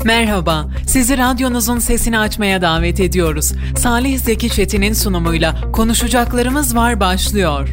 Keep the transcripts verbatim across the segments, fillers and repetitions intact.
Merhaba, sizi radyonuzun sesini açmaya davet ediyoruz. Salih Zeki Çetin'in sunumuyla Konuşacaklarımız Var başlıyor.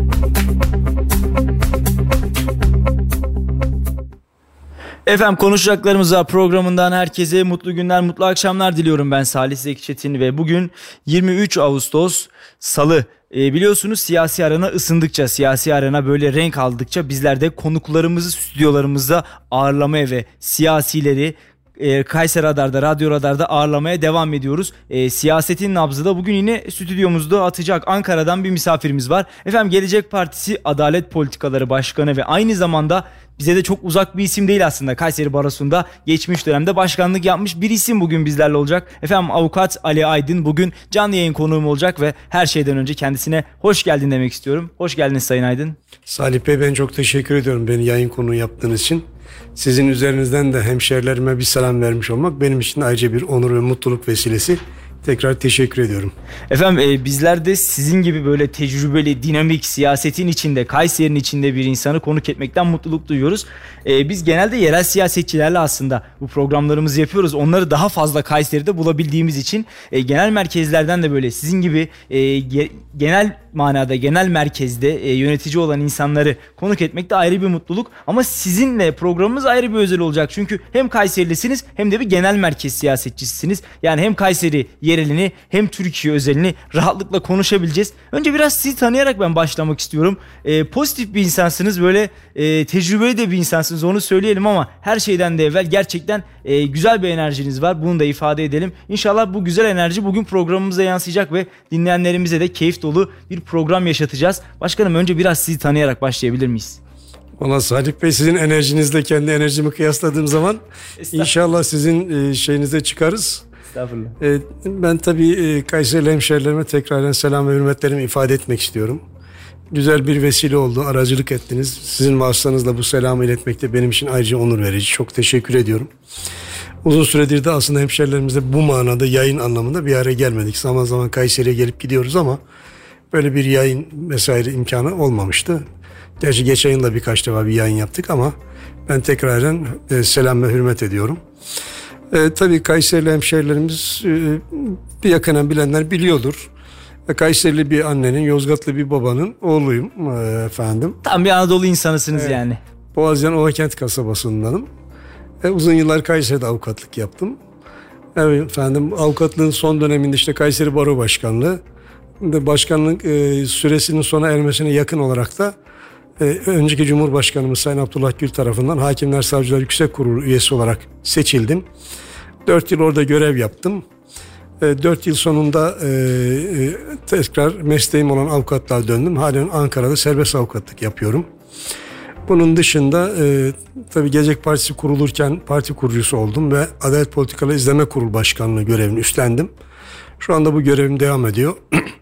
Efendim Konuşacaklarımız Var programından herkese mutlu günler, mutlu akşamlar diliyorum. Ben Salih Zeki Çetin ve bugün yirmi üç Ağustos Salı. E, biliyorsunuz siyasi arena ısındıkça, siyasi arena böyle renk aldıkça bizler de konuklarımızı stüdyolarımızda ağırlamaya ve siyasileri E, Kayseri Radar'da, Radyo Radar'da ağırlamaya devam ediyoruz. E, siyasetin nabzı da bugün yine stüdyomuzda atacak. Ankara'dan bir misafirimiz var. Efendim Gelecek Partisi Adalet Politikaları Başkanı ve aynı zamanda bize de çok uzak bir isim değil aslında. Kayseri Barosu'nda geçmiş dönemde başkanlık yapmış bir isim bugün bizlerle olacak. Efendim Avukat Ali Aydın bugün canlı yayın konuğum olacak ve her şeyden önce kendisine hoş geldin demek istiyorum. Hoş geldiniz Sayın Aydın. Salih Bey, ben çok teşekkür ediyorum beni yayın konuğu yaptığınız için. Sizin üzerinizden de hemşehrilerime bir selam vermiş olmak benim için ayrıca bir onur ve mutluluk vesilesi. Tekrar teşekkür ediyorum. Efendim e, bizler de sizin gibi böyle tecrübeli, dinamik, siyasetin içinde, Kayseri'nin içinde bir insanı konuk etmekten mutluluk duyuyoruz. E, biz genelde yerel siyasetçilerle aslında bu programlarımızı yapıyoruz. Onları daha fazla Kayseri'de bulabildiğimiz için e, genel merkezlerden de böyle sizin gibi e, ge, genel manada, genel merkezde e, yönetici olan insanları konuk etmek de ayrı bir mutluluk. Ama sizinle programımız ayrı bir özel olacak. Çünkü hem Kayserilisiniz hem de bir genel merkez siyasetçisiniz. Yani hem Kayseri yerelini hem Türkiye özelini rahatlıkla konuşabileceğiz. Önce biraz sizi tanıyarak ben başlamak istiyorum. E, pozitif bir insansınız, böyle e, tecrübeli de bir insansınız, onu söyleyelim ama her şeyden de evvel gerçekten e, güzel bir enerjiniz var. Bunu da ifade edelim. İnşallah bu güzel enerji bugün programımıza yansıyacak ve dinleyenlerimize de keyif dolu bir program yaşatacağız. Başkanım önce biraz sizi tanıyarak başlayabilir miyiz? Valla Salih Bey, sizin enerjinizle kendi enerjimi kıyasladığım zaman inşallah sizin şeyinize çıkarız. Estağfurullah. Ben tabii Kayseri hemşehrilerime tekrardan selam ve hürmetlerimi ifade etmek istiyorum. Güzel bir vesile oldu, aracılık ettiniz. Sizin vasıtanızla bu selamı iletmek de benim için ayrıca onur verici. Çok teşekkür ediyorum. Uzun süredir de aslında hemşehrilerimizle bu manada yayın anlamında bir araya gelmedik. Zaman zaman Kayseri'ye gelip gidiyoruz ama böyle bir yayın vesaire imkanı olmamıştı. Gerçi geçen yıl da birkaç defa bir yayın yaptık ama ben tekrardan selam ve hürmet ediyorum. E, tabii Kayserili hemşehrilerimiz e, bir yakından bilenler biliyordur. E, Kayserili bir annenin, Yozgatlı bir babanın oğluyum e, efendim. Tam bir Anadolu insanısınız evet. Yani. Boğaziyen Ovakent kasabasındanım. E, uzun yıllar Kayseri'de avukatlık yaptım. Evet efendim, avukatlığın son döneminde işte Kayseri Baro Başkanlığı, başkanlık e, süresinin sona ermesine yakın olarak da e, önceki Cumhurbaşkanımız Sayın Abdullah Gül tarafından Hakimler Savcılar Yüksek Kurulu üyesi olarak seçildim. Dört yıl orada görev yaptım. E, dört yıl sonunda e, e, tekrar mesleğim olan avukatlığa döndüm. Halen Ankara'da serbest avukatlık yapıyorum. Bunun dışında e, tabii Gelecek Partisi kurulurken parti kurucusu oldum ve Adalet Politikaları İzleme Kurulu Başkanlığı görevini üstlendim. Şu anda bu görevim devam ediyor.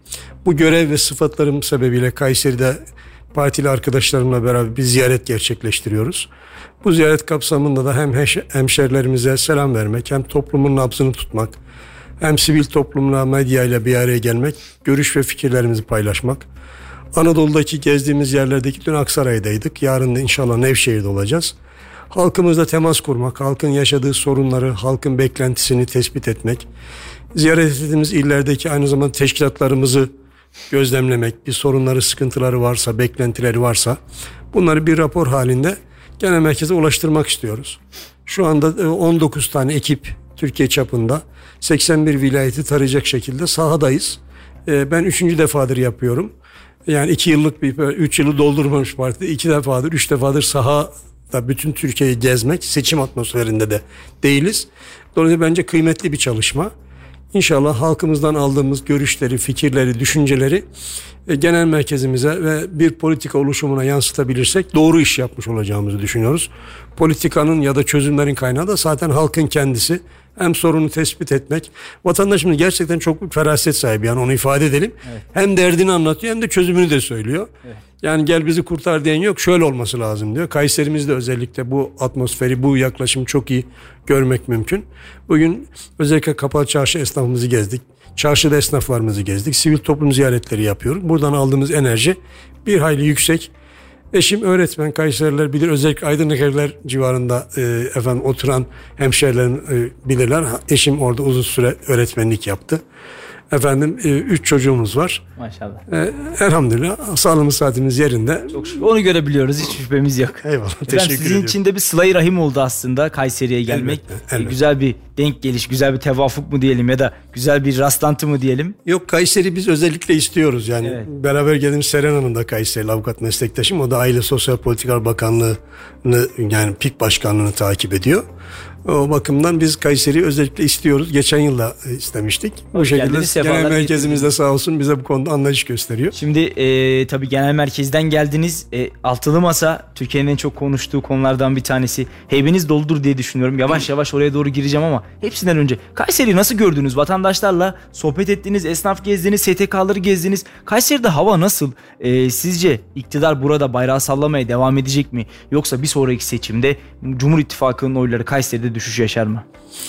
Bu görev ve sıfatlarım sebebiyle Kayseri'de partili arkadaşlarımla beraber bir ziyaret gerçekleştiriyoruz. Bu ziyaret kapsamında da hem hemşerilerimize selam vermek, hem toplumun nabzını tutmak, hem sivil toplumla, medyayla bir araya gelmek, görüş ve fikirlerimizi paylaşmak. Anadolu'daki gezdiğimiz yerlerdeki dün Aksaray'daydık. Yarın da inşallah Nevşehir'de olacağız. Halkımızla temas kurmak, halkın yaşadığı sorunları, halkın beklentisini tespit etmek, ziyaret ettiğimiz illerdeki aynı zamanda teşkilatlarımızı gözlemlemek, bir sorunları, sıkıntıları varsa, beklentileri varsa bunları bir rapor halinde genel merkeze ulaştırmak istiyoruz. Şu anda on dokuz tane ekip Türkiye çapında seksen bir vilayeti tarayacak şekilde sahadayız. Ben üçüncü defadır yapıyorum. Yani iki yıllık bir, üç yılı doldurmamış partide iki defadır, üç defadır sahada bütün Türkiye'yi gezmek, seçim atmosferinde de değiliz. Dolayısıyla bence kıymetli bir çalışma. İnşallah halkımızdan aldığımız görüşleri, fikirleri, düşünceleri genel merkezimize ve bir politika oluşumuna yansıtabilirsek doğru iş yapmış olacağımızı düşünüyoruz. Politikanın ya da çözümlerin kaynağı da zaten halkın kendisi. Hem sorunu tespit etmek. Vatandaşımız gerçekten çok feraset sahibi, yani onu ifade edelim. Evet. Hem derdini anlatıyor hem de çözümünü de söylüyor. Evet. Yani gel bizi kurtar diyen yok, şöyle olması lazım diyor. Kayseri'mizde özellikle bu atmosferi, bu yaklaşımı çok iyi görmek mümkün. Bugün özellikle Kapalı Çarşı esnafımızı gezdik. Çarşıda esnaflarımızı gezdik. Sivil toplum ziyaretleri yapıyoruz. Buradan aldığımız enerji bir hayli yüksek. Eşim öğretmen, Kayseriler bilir, özellikle Aydınlık Evler civarında e, efendim oturan hemşehrilerim e, bilirler. Eşim orada uzun süre öğretmenlik yaptı. Efendim e, üç çocuğumuz var. Maşallah. E, elhamdülillah sağlığımız saatimiz yerinde. Çok şükür. Onu görebiliyoruz, hiç şüphemiz yok. Eyvallah. Efendim, teşekkür sizin ediyorum. için de bir sıla-i rahim oldu aslında Kayseri'ye gelmek. Elbette, elbette. E, güzel bir denk geliş, güzel bir tevafuk mu diyelim ya da güzel bir rastlantı mı diyelim? Yok, Kayseri biz özellikle istiyoruz yani. Evet. Beraber geldiğimiz Seren Hanım da Kayseri'li avukat meslektaşım. O da Aile Sosyal Politikalar Bakanlığı'nı, yani P İ K Başkanlığı'nı takip ediyor. O bakımdan biz Kayseri'yi özellikle istiyoruz. Geçen yıl da istemiştik. Bu Hoş şekilde geldiniz, genel sefalar merkezimiz de sağ olsun bize bu konuda anlayış gösteriyor. Şimdi e, tabii genel merkezden geldiniz. E, Altılı Masa Türkiye'nin en çok konuştuğu konulardan bir tanesi. Heybeniz doludur diye düşünüyorum. Yavaş yavaş oraya doğru gireceğim ama hepsinden önce Kayseri'yi nasıl gördünüz? Vatandaşlarla sohbet ettiniz, esnaf gezdiniz, S T K'ları gezdiniz. Kayseri'de hava nasıl? E, sizce iktidar burada bayrağı sallamaya devam edecek mi? Yoksa bir sonraki seçimde Cumhur İttifakı'nın oyları Kayseri'de düşüş yaşar mı?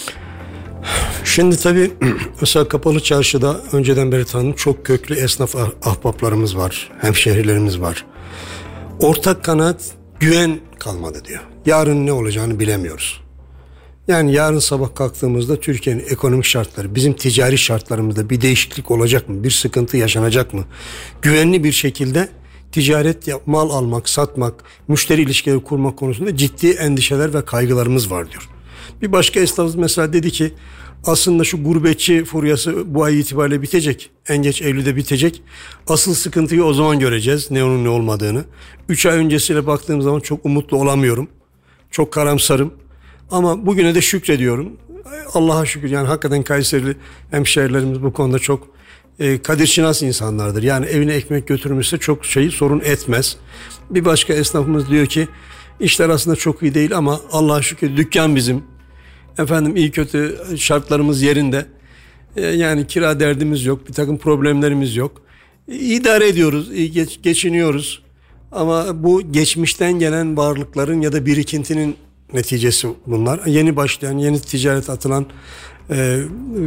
Şimdi tabii mesela Kapalı Çarşı'da önceden beri tanıdığım çok köklü esnaf ah- ahbaplarımız var, hemşehrilerimiz var. Ortak kanaat, güven kalmadı diyor. Yarın ne olacağını bilemiyoruz. Yani yarın sabah kalktığımızda Türkiye'nin ekonomik şartları, bizim ticari şartlarımızda bir değişiklik olacak mı? Bir sıkıntı yaşanacak mı? Güvenli bir şekilde ticaret yap, mal almak, satmak, müşteri ilişkileri kurmak konusunda ciddi endişeler ve kaygılarımız var diyor. Bir başka esnafımız mesela dedi ki aslında şu gurbetçi furyası bu ay itibariyle bitecek. En geç Eylül'de bitecek. Asıl sıkıntıyı o zaman göreceğiz. Ne onun ne olmadığını. Üç ay öncesiyle baktığım zaman çok umutlu olamıyorum. Çok karamsarım. Ama bugüne de şükrediyorum. Allah'a şükür, yani hakikaten Kayserili hemşehrilerimiz bu konuda çok e, kadirşinas insanlardır. Yani evine ekmek götürmüşse çok şeyi sorun etmez. Bir başka esnafımız diyor ki işler aslında çok iyi değil ama Allah'a şükür dükkan bizim. Efendim iyi kötü şartlarımız yerinde. E, yani kira derdimiz yok. Bir takım problemlerimiz yok. E, idare ediyoruz. iyi geç, geçiniyoruz. Ama bu geçmişten gelen varlıkların ya da birikintinin neticesi bunlar. Yeni başlayan, yeni ticaret atılan e,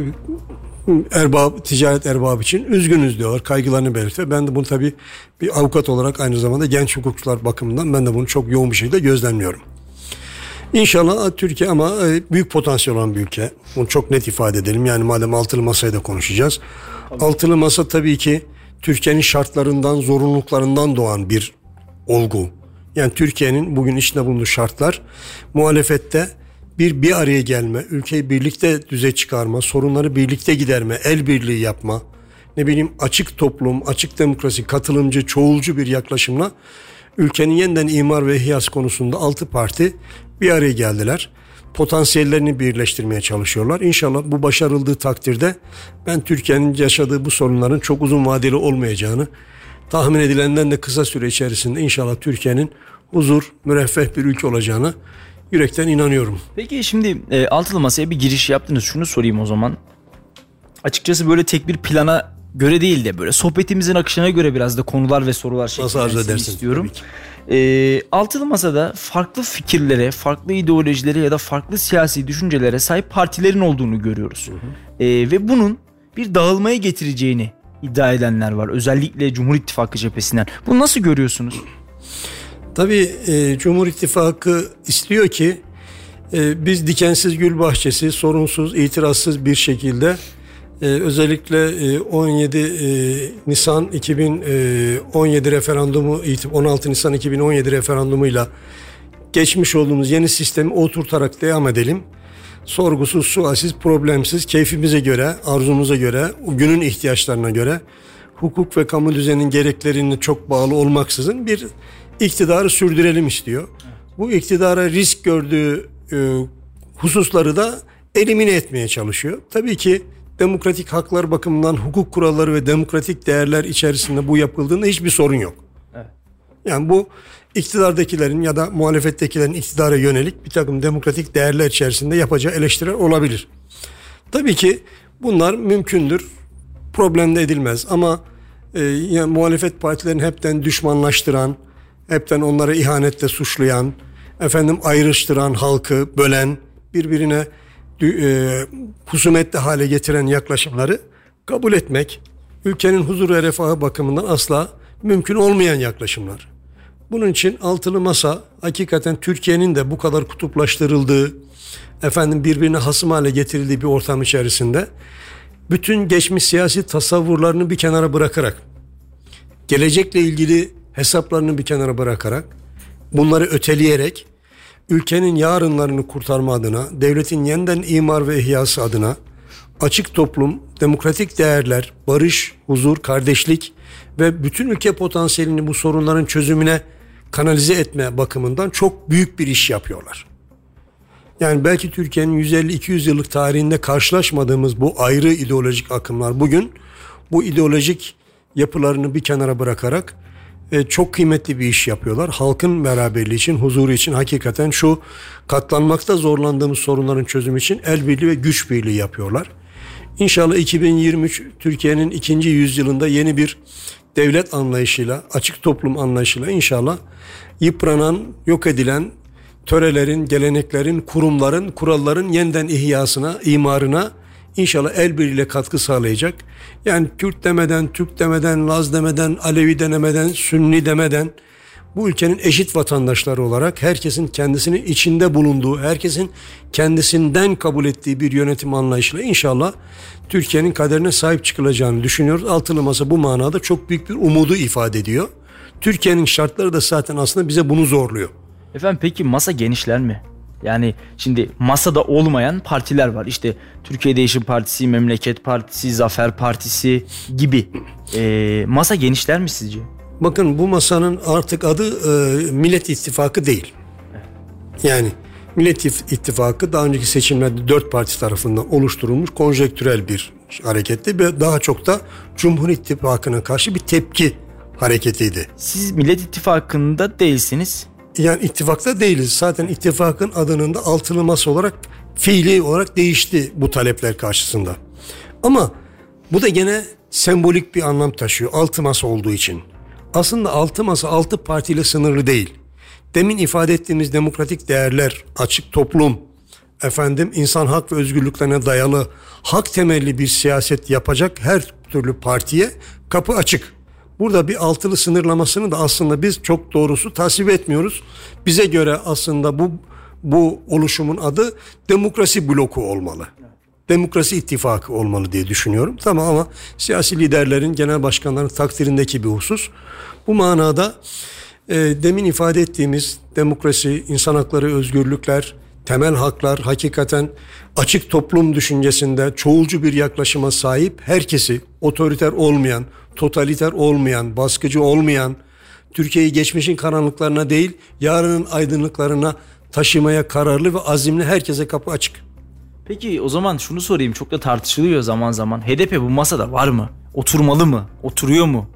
erbab, ticaret erbabı için üzgünüz diyorlar. Kaygılarını belirtiyor. Ben de bunu tabii bir avukat olarak aynı zamanda genç hukukçular bakımından ben de bunu çok yoğun bir şekilde gözlemliyorum. İnşallah Türkiye ama büyük potansiyel olan bir ülke. Bunu çok net ifade edelim. Yani madem altılı masayı da konuşacağız. Tabii. Altılı masa tabii ki Türkiye'nin şartlarından, zorunluluklarından doğan bir olgu. Yani Türkiye'nin bugün içinde bulunduğu şartlar muhalefette bir bir araya gelme, ülkeyi birlikte düze çıkarma, sorunları birlikte giderme, el birliği yapma, ne bileyim açık toplum, açık demokrasi, katılımcı, çoğulcu bir yaklaşımla ülkenin yeniden imar ve ihyası konusunda altı parti bir araya geldiler. Potansiyellerini birleştirmeye çalışıyorlar. İnşallah bu başarıldığı takdirde ben Türkiye'nin yaşadığı bu sorunların çok uzun vadeli olmayacağını, tahmin edilenden de kısa süre içerisinde inşallah Türkiye'nin huzur, müreffeh bir ülke olacağını yürekten inanıyorum. Peki şimdi e, altılı masaya bir giriş yaptınız. Şunu sorayım o zaman. Açıkçası böyle tek bir plana göre değil de böyle sohbetimizin akışına göre biraz da konular ve sorular şeklinde istiyorum. E, altılı masada farklı fikirlere, farklı ideolojilere ya da farklı siyasi düşüncelere sahip partilerin olduğunu görüyoruz. Hı hı. E, ve bunun bir dağılmaya getireceğini iddia edenler var. Özellikle Cumhur İttifakı cephesinden. Bunu nasıl görüyorsunuz? Tabii e, Cumhur İttifakı istiyor ki e, biz dikensiz gül bahçesi, sorunsuz, itirazsız bir şekilde e, özellikle e, on yedi e, Nisan iki bin on yedi referandumu, on altı Nisan iki bin on yedi referandumuyla geçmiş olduğumuz yeni sistemi oturtarak devam edelim. Sorgusuz, sualsiz, problemsiz, keyfimize göre, arzumuza göre, o günün ihtiyaçlarına göre hukuk ve kamu düzeninin gereklerine çok bağlı olmaksızın bir iktidarı sürdürelim istiyor. Bu iktidara risk gördüğü e, hususları da elimine etmeye çalışıyor. Tabii ki demokratik haklar bakımından hukuk kuralları ve demokratik değerler içerisinde bu yapıldığında hiçbir sorun yok. Evet. Yani bu iktidardakilerin ya da muhalefettekilerin iktidara yönelik bir takım demokratik değerler içerisinde yapacağı eleştiriler olabilir. Tabii ki bunlar mümkündür. Problem de edilmez ama e, yani muhalefet partilerini hepten düşmanlaştıran, hepten onları ihanetle suçlayan, efendim ayrıştıran, halkı bölen, birbirine e, husumetli hale getiren yaklaşımları kabul etmek, ülkenin huzur ve refahı bakımından asla mümkün olmayan yaklaşımlar. Bunun için altılı masa hakikaten Türkiye'nin de bu kadar kutuplaştırıldığı, efendim birbirine hasım hale getirildiği bir ortam içerisinde bütün geçmiş siyasi tasavvurlarını bir kenara bırakarak, gelecekle ilgili hesaplarını bir kenara bırakarak, bunları öteleyerek ülkenin yarınlarını kurtarma adına, devletin yeniden imar ve ihyası adına açık toplum, demokratik değerler, barış, huzur, kardeşlik ve bütün ülke potansiyelini bu sorunların çözümüne kanalize etme bakımından çok büyük bir iş yapıyorlar. Yani belki Türkiye'nin yüz elli iki yüz yıllık tarihinde karşılaşmadığımız bu ayrı ideolojik akımlar bugün bu ideolojik yapılarını bir kenara bırakarak e, çok kıymetli bir iş yapıyorlar. Halkın beraberliği için, huzuru için hakikaten şu katlanmakta zorlandığımız sorunların çözümü için el birliği ve güç birliği yapıyorlar. İnşallah iki bin yirmi üç Türkiye'nin ikinci yüzyılında yeni bir devlet anlayışıyla, açık toplum anlayışıyla inşallah yıpranan, yok edilen törelerin, geleneklerin, kurumların, kuralların yeniden ihyasına, imarına inşallah el birliğiyle katkı sağlayacak. Yani Kürt demeden, Türk demeden, Laz demeden, Alevi demeden, Sünni demeden bu ülkenin eşit vatandaşları olarak herkesin kendisinin içinde bulunduğu, herkesin kendisinden kabul ettiği bir yönetim anlayışıyla inşallah Türkiye'nin kaderine sahip çıkılacağını düşünüyoruz. Altılı Masa bu manada çok büyük bir umudu ifade ediyor. Türkiye'nin şartları da zaten aslında bize bunu zorluyor. Efendim peki masa genişler mi? Yani şimdi masada olmayan partiler var. İşte Türkiye Değişim Partisi, Memleket Partisi, Zafer Partisi gibi. E, masa genişler mi sizce? Bakın bu masanın artık adı e, Millet İttifakı değil. Yani Millet İttifakı daha önceki seçimlerde dört parti tarafından oluşturulmuş konjektürel bir hareketti ve daha çok da Cumhur İttifakı'na karşı bir tepki hareketiydi. Siz Millet İttifakı'nda değilsiniz. Yani ittifakta değiliz. Zaten ittifakın adının da altılı masa olarak fiili olarak değişti bu talepler karşısında. Ama bu da gene sembolik bir anlam taşıyor altı masa olduğu için. Aslında altı masa altı partiyle sınırlı değil. Demin ifade ettiğimiz demokratik değerler, açık toplum, efendim insan hak ve özgürlüklerine dayalı hak temelli bir siyaset yapacak her türlü partiye kapı açık. Burada bir altılı sınırlamasını da aslında biz çok doğrusu tasvip etmiyoruz. Bize göre aslında bu bu oluşumun adı demokrasi bloku olmalı. Demokrasi ittifakı olmalı diye düşünüyorum. Tamam ama siyasi liderlerin, genel başkanların takdirindeki bir husus. Bu manada e, demin ifade ettiğimiz demokrasi, insan hakları, özgürlükler, temel haklar hakikaten açık toplum düşüncesinde çoğulcu bir yaklaşıma sahip, herkesi otoriter olmayan, totaliter olmayan, baskıcı olmayan, Türkiye'yi geçmişin karanlıklarına değil, yarının aydınlıklarına taşımaya kararlı ve azimli herkese kapı açık. Peki o zaman şunu sorayım, çok da tartışılıyor zaman zaman. H D P bu masada var mı? Oturmalı mı? Oturuyor mu?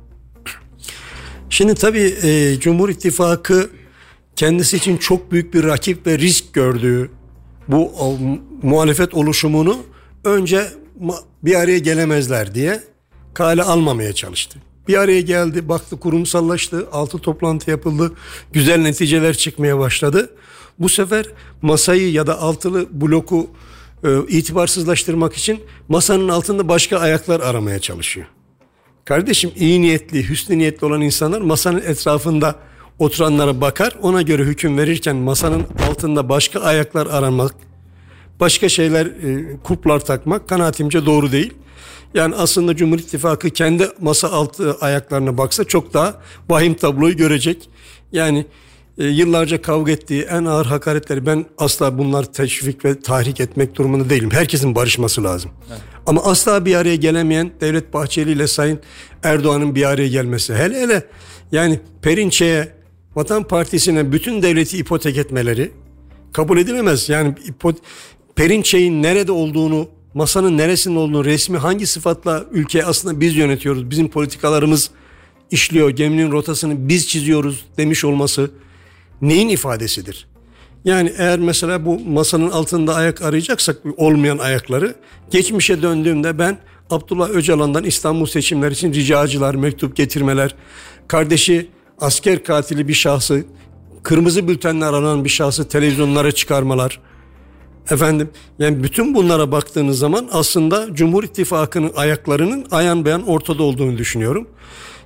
Şimdi tabii e, Cumhur İttifakı kendisi için çok büyük bir rakip ve risk gördüğü bu o, muhalefet oluşumunu önce ma- bir araya gelemezler diye kale almamaya çalıştı. Bir araya geldi, baktı kurumsallaştı, altı toplantı yapıldı, güzel neticeler çıkmaya başladı. Bu sefer masayı ya da altılı bloku e, itibarsızlaştırmak için masanın altında başka ayaklar aramaya çalışıyor. Kardeşim, iyi niyetli, hüsnü niyetli olan insanlar masanın etrafında oturanlara bakar, ona göre hüküm verirken masanın altında başka ayaklar aramak, başka şeyler, e, kuplar takmak kanaatimce doğru değil. Yani aslında Cumhur İttifakı kendi masa altı ayaklarına baksa çok daha vahim tabloyu görecek. Yani e, yıllarca kavga ettiği en ağır hakaretleri, ben asla bunlar teşvik ve tahrik etmek durumunda değilim. Herkesin barışması lazım. Evet. Ama asla bir araya gelemeyen Devlet Bahçeli ile Sayın Erdoğan'ın bir araya gelmesi, hele hele yani Perinçek'e, Vatan Partisi'ne bütün devleti ipotek etmeleri kabul edilemez. Yani ipot- Perinçek'in nerede olduğunu, masanın neresinde olduğunu, resmi hangi sıfatla ülkeyi aslında biz yönetiyoruz, bizim politikalarımız işliyor, geminin rotasını biz çiziyoruz demiş olması neyin ifadesidir? Yani eğer mesela bu masanın altında ayak arayacaksak, olmayan ayakları, geçmişe döndüğümde ben Abdullah Öcalan'dan İstanbul seçimleri için ricacılar, mektup getirmeler, kardeşi asker katili bir şahsı, kırmızı bültenle aranan bir şahsı televizyonlara çıkarmalar, efendim yani bütün bunlara baktığınız zaman aslında Cumhur İttifakı'nın ayaklarının ayan beyan ortada olduğunu düşünüyorum.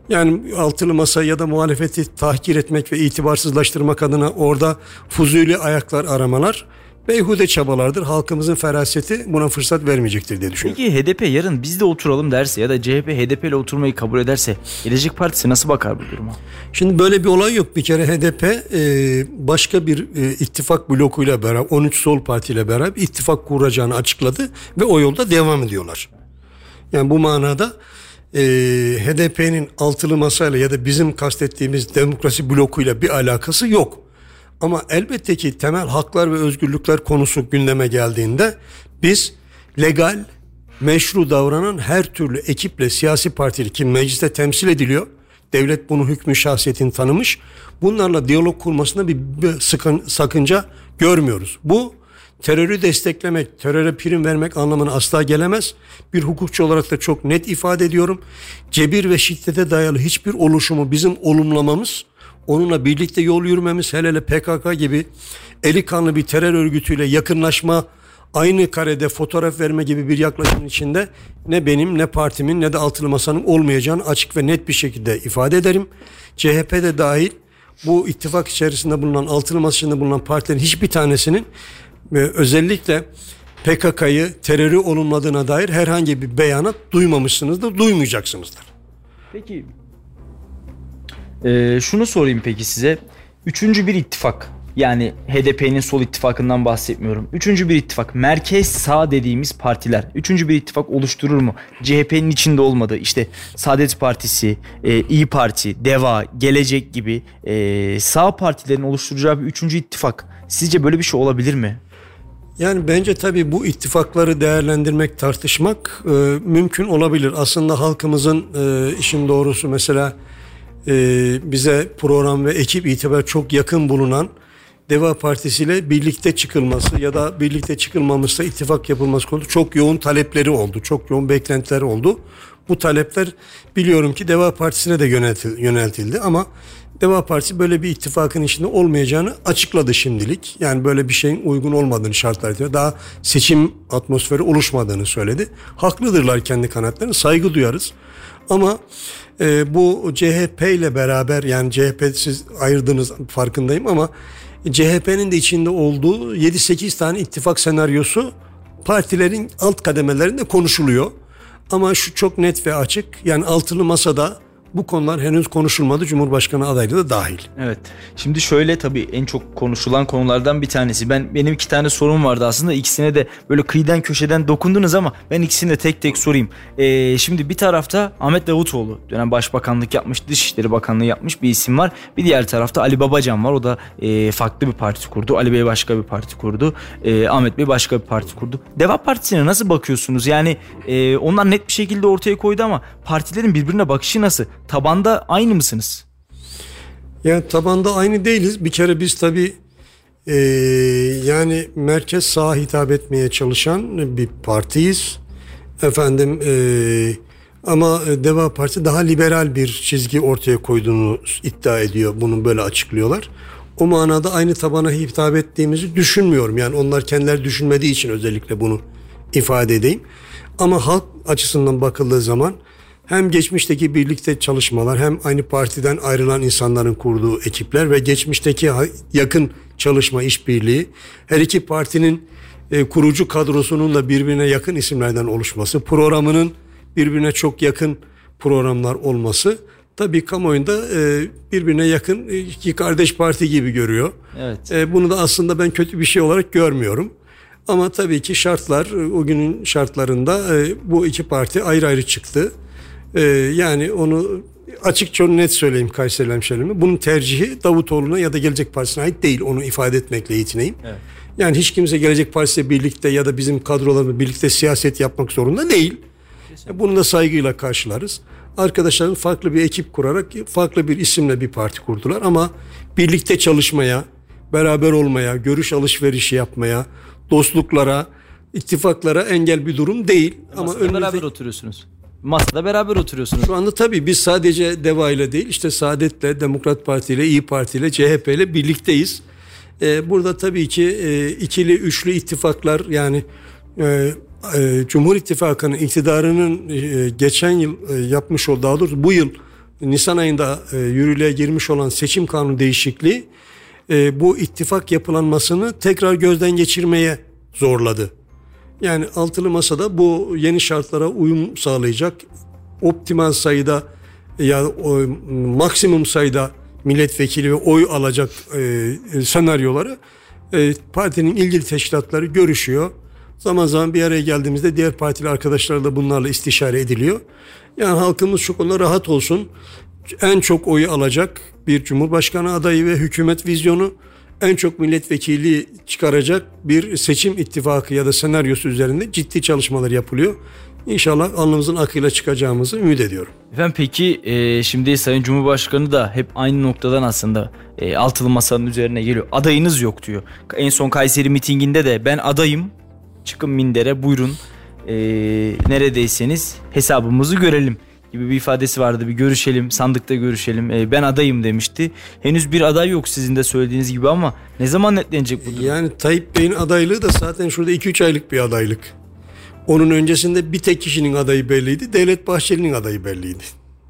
Yani altılı masa ya da muhalefeti tahkir etmek ve itibarsızlaştırmak adına orada fuzuli ayaklar aramalar beyhude çabalardır. Halkımızın feraseti buna fırsat vermeyecektir diye düşünüyorum. Peki H D P yarın biz de oturalım derse ya da C H P H D P ile oturmayı kabul ederse Gelecek Partisi nasıl bakar bu duruma? Şimdi böyle bir olay yok. Bir kere H D P başka bir ittifak blokuyla beraber on üç sol partiyle beraber ittifak kuracağını açıkladı ve o yolda devam ediyorlar. Yani bu manada H D P'nin altılı masayla ya da bizim kastettiğimiz demokrasi blokuyla bir alakası yok. Ama elbette ki temel haklar ve özgürlükler konusu gündeme geldiğinde biz legal, meşru davranan her türlü ekiple, siyasi partili ki mecliste temsil ediliyor, devlet bunu hükmü şahsiyetini tanımış, bunlarla diyalog kurmasında bir, bir sıkın, sakınca görmüyoruz. Bu terörü desteklemek, teröre prim vermek anlamına asla gelemez. Bir hukukçu olarak da çok net ifade ediyorum. Cebir ve şiddete dayalı hiçbir oluşumu bizim olumlamamız, onunla birlikte yol yürümemiz, hele hele P K K gibi eli kanlı bir terör örgütüyle yakınlaşma, aynı karede fotoğraf verme gibi bir yaklaşımın içinde ne benim, ne partimin, ne de altılı masanın olmayacağını açık ve net bir şekilde ifade ederim. C H P de dahil bu ittifak içerisinde bulunan, altılı masa içinde bulunan partilerin hiçbir tanesinin özellikle P K K'yı terörü olumladığına dair herhangi bir beyanat duymamışsınızdır, duymayacaksınızdır. Peki Ee, şunu sorayım peki size. Üçüncü bir ittifak, yani H D P'nin sol ittifakından bahsetmiyorum. Üçüncü bir ittifak, merkez sağ dediğimiz partiler üçüncü bir ittifak oluşturur mu? C H P'nin içinde olmadığı işte Saadet Partisi, e, İyi Parti, DEVA, Gelecek gibi e, sağ partilerin oluşturacağı bir üçüncü ittifak. Sizce böyle bir şey olabilir mi? Yani bence tabii bu ittifakları değerlendirmek, tartışmak e, mümkün olabilir. Aslında halkımızın e, işin doğrusu mesela Ee, bize program ve ekip itibariyle çok yakın bulunan Deva Partisi ile birlikte çıkılması ya da birlikte çıkılmamışsa ittifak yapılması konusunda çok yoğun talepleri oldu. Çok yoğun beklentileri oldu. Bu talepler biliyorum ki Deva Partisi'ne de yöneltildi ama Deva Partisi böyle bir ittifakın içinde olmayacağını açıkladı şimdilik. Yani böyle bir şeyin uygun olmadığını, şartlar daha seçim atmosferi oluşmadığını söyledi. Haklıdırlar kendi kanatlarına, saygı duyarız. Ama e, bu C H P ile beraber, yani C H P siz ayırdığınız farkındayım ama C H P'nin de içinde olduğu yedi sekiz tane ittifak senaryosu partilerin alt kademelerinde konuşuluyor. Ama şu çok net ve açık, yani altılı masada bu konular henüz konuşulmadı, Cumhurbaşkanı adaylığı da dahil. Evet. Şimdi şöyle, tabii en çok konuşulan konulardan bir tanesi. Ben benim iki tane sorum vardı aslında. İkisine de böyle kıyıdan köşeden dokundunuz ama ben ikisini de tek tek sorayım. Ee, şimdi bir tarafta Ahmet Davutoğlu, dönem başbakanlık yapmış, Dışişleri Bakanlığı yapmış bir isim var. Bir diğer tarafta Ali Babacan var. O da e, farklı bir parti kurdu. Ali Bey başka bir parti kurdu. E, Ahmet Bey başka bir parti kurdu. Deva Partisi'ne nasıl bakıyorsunuz? Yani e, onlar net bir şekilde ortaya koydu ama partilerin birbirine bakışı nasıl? Tabanda aynı mısınız? Yani tabanda aynı değiliz. Bir kere biz tabii e, yani merkez sağa hitap etmeye çalışan bir partiyiz. Efendim e, ama Deva Partisi daha liberal bir çizgi ortaya koyduğunu iddia ediyor. Bunu böyle açıklıyorlar. O manada aynı tabana hitap ettiğimizi düşünmüyorum. Yani onlar kendileri düşünmediği için özellikle bunu ifade edeyim. Ama halk açısından bakıldığı zaman hem geçmişteki birlikte çalışmalar, hem aynı partiden ayrılan insanların kurduğu ekipler ve geçmişteki yakın çalışma, işbirliği, her iki partinin e, kurucu kadrosunun da birbirine yakın isimlerden oluşması, programının birbirine çok yakın programlar olması tabii kamuoyunda e, birbirine yakın iki kardeş parti gibi görüyor. Evet. E, bunu da aslında ben kötü bir şey olarak görmüyorum. Ama tabii ki şartlar, o günün şartlarında e, bu iki parti ayrı ayrı çıktı. Ee, yani onu açıkça net söyleyeyim Kayseri hemşehrime. Bunun tercihi Davutoğlu'na ya da Gelecek Partisi'ne ait değil. Onu ifade etmekle yetineyim. Evet. Yani hiç kimse Gelecek Partisi'yle birlikte ya da bizim kadrolarla birlikte siyaset yapmak zorunda değil. Kesinlikle. Bunu da saygıyla karşılarız. Arkadaşlarım farklı bir ekip kurarak farklı bir isimle bir parti kurdular ama birlikte çalışmaya, beraber olmaya, görüş alışverişi yapmaya, dostluklara, ittifaklara engel bir durum değil. Ama, ama önümüzde beraber oturuyorsunuz. Masada beraber oturuyorsunuz. Şu anda tabii biz sadece Deva ile değil, işte Saadet'le, Demokrat Parti ile, İyi Parti ile, C H P ile birlikteyiz. Ee, burada tabii ki e, ikili, üçlü ittifaklar, yani e, e, Cumhur İttifakı'nın iktidarının e, geçen yıl e, yapmış olduğu, daha doğrusu bu yıl Nisan ayında e, yürürlüğe girmiş olan seçim kanunu değişikliği e, bu ittifak yapılanmasını tekrar gözden geçirmeye zorladı. Yani altılı masada bu yeni şartlara uyum sağlayacak, optimal sayıda yani o, maksimum sayıda milletvekili ve oy alacak e, senaryoları e, partinin ilgili teşkilatları görüşüyor. Zaman zaman bir araya geldiğimizde diğer partili arkadaşlar da bunlarla istişare ediliyor. Yani halkımız şu konuda rahat olsun. En çok oyu alacak bir cumhurbaşkanı adayı ve hükümet vizyonu, en çok milletvekili çıkaracak bir seçim ittifakı ya da senaryosu üzerinde ciddi çalışmalar yapılıyor. İnşallah alnımızın akıyla çıkacağımızı ümit ediyorum. Efendim peki e, şimdi Sayın Cumhurbaşkanı da hep aynı noktadan aslında e, altılı masanın üzerine geliyor. Adayınız yok diyor. En son Kayseri mitinginde de ben adayım, çıkın mindere buyurun, e, neredeyseniz hesabımızı görelim gibi bir ifadesi vardı. Bir görüşelim, sandıkta görüşelim. E, ben adayım demişti. Henüz bir aday yok sizin de söylediğiniz gibi ama ne zaman netlenecek bu durum? Yani Tayyip Bey'in adaylığı da zaten şurada iki üç aylık bir adaylık. Onun öncesinde bir tek kişinin adayı belliydi. Devlet Bahçeli'nin adayı belliydi.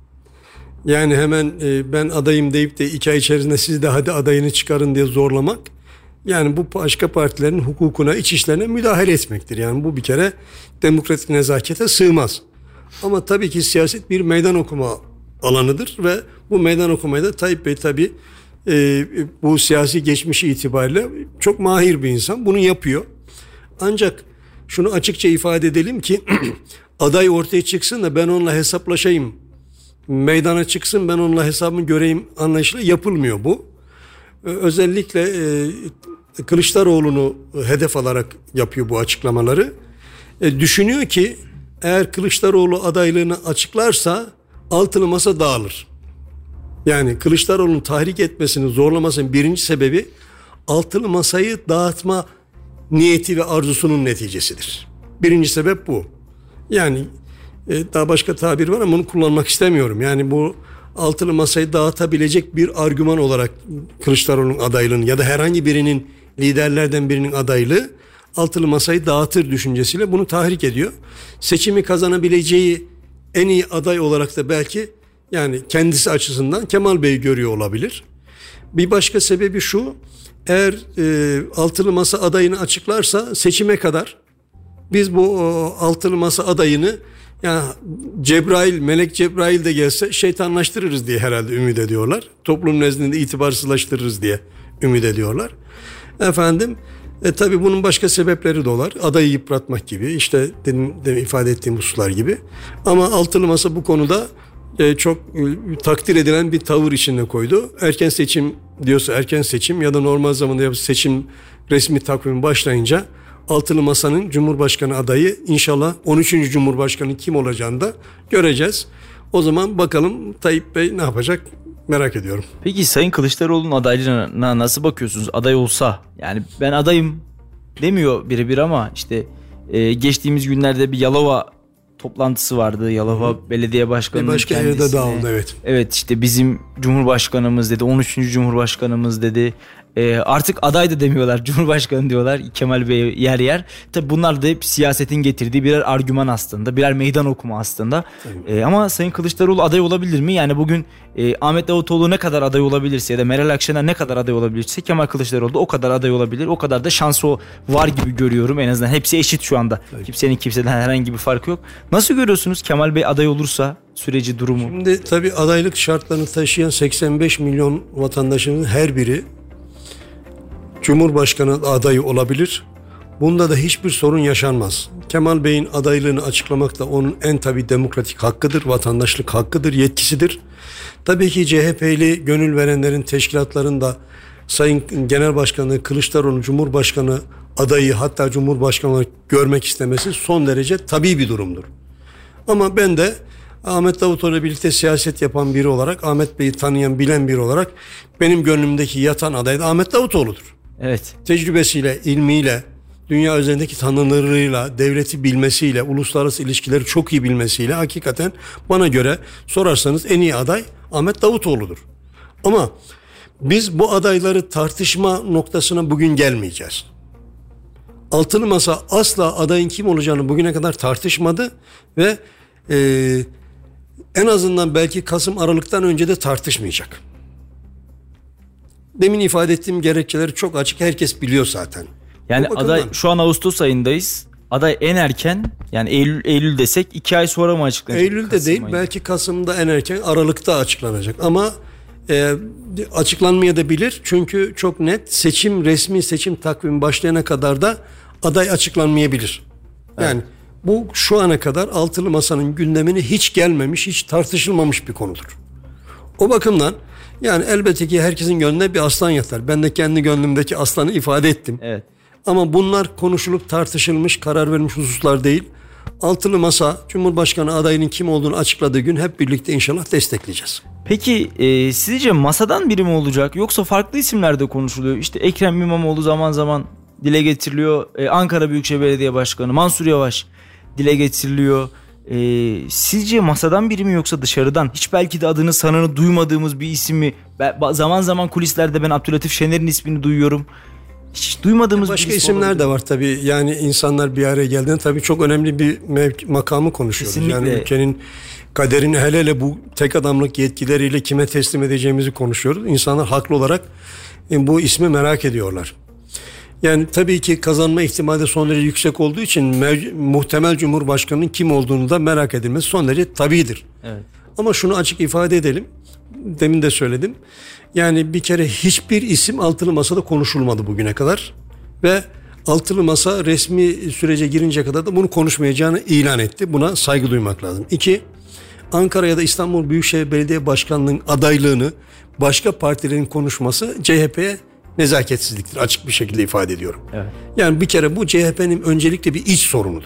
Yani hemen e, ben adayım deyip de iki ay içerisinde siz de hadi adayını çıkarın diye zorlamak, yani bu başka partilerin hukukuna, iç işlerine müdahale etmektir. Yani bu bir kere demokratik nezakete sığmaz. Ama tabii ki siyaset bir meydan okuma alanıdır ve bu meydan okumayı da Tayyip Bey tabii e, bu siyasi geçmişi itibariyle çok mahir bir insan. Bunu yapıyor. Ancak şunu açıkça ifade edelim ki aday ortaya çıksın da ben onunla hesaplaşayım, meydana çıksın ben onunla hesabımı göreyim anlayışıyla yapılmıyor bu. Özellikle e, Kılıçdaroğlu'nu hedef alarak yapıyor bu açıklamaları. E, düşünüyor ki eğer Kılıçdaroğlu adaylığını açıklarsa altılı masa dağılır. Yani Kılıçdaroğlu'nun tahrik etmesini, zorlamasının birinci sebebi altılı masayı dağıtma niyeti ve arzusunun neticesidir. Birinci sebep bu. Yani e, daha başka tabir var ama bunu kullanmak istemiyorum. Yani bu altılı masayı dağıtabilecek bir argüman olarak Kılıçdaroğlu'nun adaylığını ya da herhangi birinin, liderlerden birinin adaylığı altılı masayı dağıtır düşüncesiyle bunu tahrik ediyor. Seçimi kazanabileceği en iyi aday olarak da belki yani kendisi açısından Kemal Bey'i görüyor olabilir. Bir başka sebebi şu: eğer e, altılı masa adayını açıklarsa seçime kadar biz bu o, altılı masa adayını, yani Cebrail, Melek Cebrail de gelse şeytanlaştırırız diye herhalde ümit ediyorlar. Toplum nezdinde itibarsızlaştırırız diye ümit ediyorlar. Efendim e, tabii bunun başka sebepleri de var. Adayı yıpratmak gibi, işte demin, demin ifade ettiğim hususlar gibi. Ama altılı masa bu konuda e, çok e, takdir edilen bir tavır içinde koydu. Erken seçim diyorsa erken seçim ya da normal zamanda seçim resmi takvimi başlayınca altılı masanın Cumhurbaşkanı adayı inşallah on üçüncü Cumhurbaşkanı kim olacağını da göreceğiz. O zaman bakalım Tayyip Bey ne yapacak merak ediyorum. Peki Sayın Kılıçdaroğlu'nun adaylığına nasıl bakıyorsunuz? Aday olsa, yani ben adayım demiyor birebir ama işte e, geçtiğimiz günlerde bir Yalova toplantısı vardı. Yalova Hı. Belediye Başkanı'nın başka kendisine. yerde dağıldı, evet. Evet, işte bizim Cumhurbaşkanımız dedi, on üçüncü Cumhurbaşkanımız dedi. E, artık aday da demiyorlar, Cumhurbaşkanı diyorlar Kemal Bey yer yer. Tabi bunlar da hep siyasetin getirdiği birer argüman aslında, birer meydan okuma aslında. E, ama Sayın Kılıçdaroğlu aday olabilir mi? Yani bugün e, Ahmet Davutoğlu ne kadar aday olabilirse ya da Meral Akşener ne kadar aday olabilirse Kemal Kılıçdaroğlu da o kadar aday olabilir. O kadar da şansı var gibi görüyorum en azından. Hepsi eşit şu anda. Tabii. Kimsenin kimseden herhangi bir farkı yok. Nasıl görüyorsunuz Kemal Bey aday olursa süreci, durumu? Şimdi tabii adaylık şartlarını taşıyan seksen beş milyon vatandaşının her biri Cumhurbaşkanı adayı olabilir. Bunda da hiçbir sorun yaşanmaz. Kemal Bey'in adaylığını açıklamak da onun en tabii demokratik hakkıdır, vatandaşlık hakkıdır, yetkisidir. Tabii ki C H P'li gönül verenlerin, teşkilatların da Sayın Genel Başkanı Kılıçdaroğlu Cumhurbaşkanı adayı, hatta Cumhurbaşkanı olarak görmek istemesi son derece tabii bir durumdur. Ama ben de Ahmet Davutoğlu'yla birlikte siyaset yapan biri olarak, Ahmet Bey'i tanıyan, bilen biri olarak benim gönlümdeki yatan aday da Ahmet Davutoğlu'dur. Evet. Tecrübesiyle, ilmiyle, dünya üzerindeki tanınırlığıyla, devleti bilmesiyle, uluslararası ilişkileri çok iyi bilmesiyle hakikaten bana göre sorarsanız en iyi aday Ahmet Davutoğlu'dur. Ama biz bu adayları tartışma noktasına bugün gelmeyeceğiz. Altılı Masa asla adayın kim olacağını bugüne kadar tartışmadı ve e, en azından belki Kasım Aralık'tan önce de tartışmayacak. Demin ifade ettiğim gerekçeleri çok açık, herkes biliyor zaten. Yani aday şu an Ağustos ayındayız. Aday en erken yani Eylül Eylül desek iki ay sonra mı açıklanacak? Eylül'de Kasım değil ayında. Belki Kasım'da en erken Aralık'ta açıklanacak ama e, açıklanmayabilir çünkü çok net seçim resmi seçim takvimi başlayana kadar da aday açıklanmayabilir. Yani evet. Bu şu ana kadar altılı masanın gündemine hiç gelmemiş, hiç tartışılmamış bir konudur. O bakımdan yani elbette ki herkesin gönlüne bir aslan yatar. Ben de kendi gönlümdeki aslanı ifade ettim. Evet. Ama bunlar konuşulup tartışılmış, karar verilmiş hususlar değil. Altılı masa Cumhurbaşkanı adayının kim olduğunu açıkladığı gün hep birlikte inşallah destekleyeceğiz. Peki e, sizce masadan biri mi olacak yoksa farklı isimler de konuşuluyor? İşte Ekrem İmamoğlu zaman zaman dile getiriliyor. E, Ankara Büyükşehir Belediye Başkanı Mansur Yavaş dile getiriliyor. E, sizce masadan biri mi yoksa dışarıdan? Hiç belki de adını sanını duymadığımız bir isim mi? Ben, zaman zaman kulislerde ben Abdülatif Şener'in ismini duyuyorum. Hiç duymadığımız başka isimler olabilir. De var tabii. Yani insanlar bir araya geldiğinde tabii çok önemli bir mev- makamı konuşuyoruz. Kesinlikle. Yani ülkenin kaderini hele hele bu tek adamlık yetkileriyle kime teslim edeceğimizi konuşuyoruz. İnsanlar haklı olarak bu ismi merak ediyorlar. Yani tabii ki kazanma ihtimali son derece yüksek olduğu için mev- muhtemel Cumhurbaşkanı'nın kim olduğunu da merak edilmesi son derece tabiidir. Evet. Ama şunu açık ifade edelim. Demin de söyledim. Yani bir kere hiçbir isim altılı masada konuşulmadı bugüne kadar. Ve altılı masa resmi sürece girince kadar da bunu konuşmayacağını ilan etti. Buna saygı duymak lazım. İki, Ankara ya da İstanbul Büyükşehir Belediye Başkanlığı'nın adaylığını başka partilerin konuşması C H P'ye nezaketsizliktir. Açık bir şekilde ifade ediyorum. Evet. Yani bir kere bu C H P'nin öncelikle bir iç sorunudur.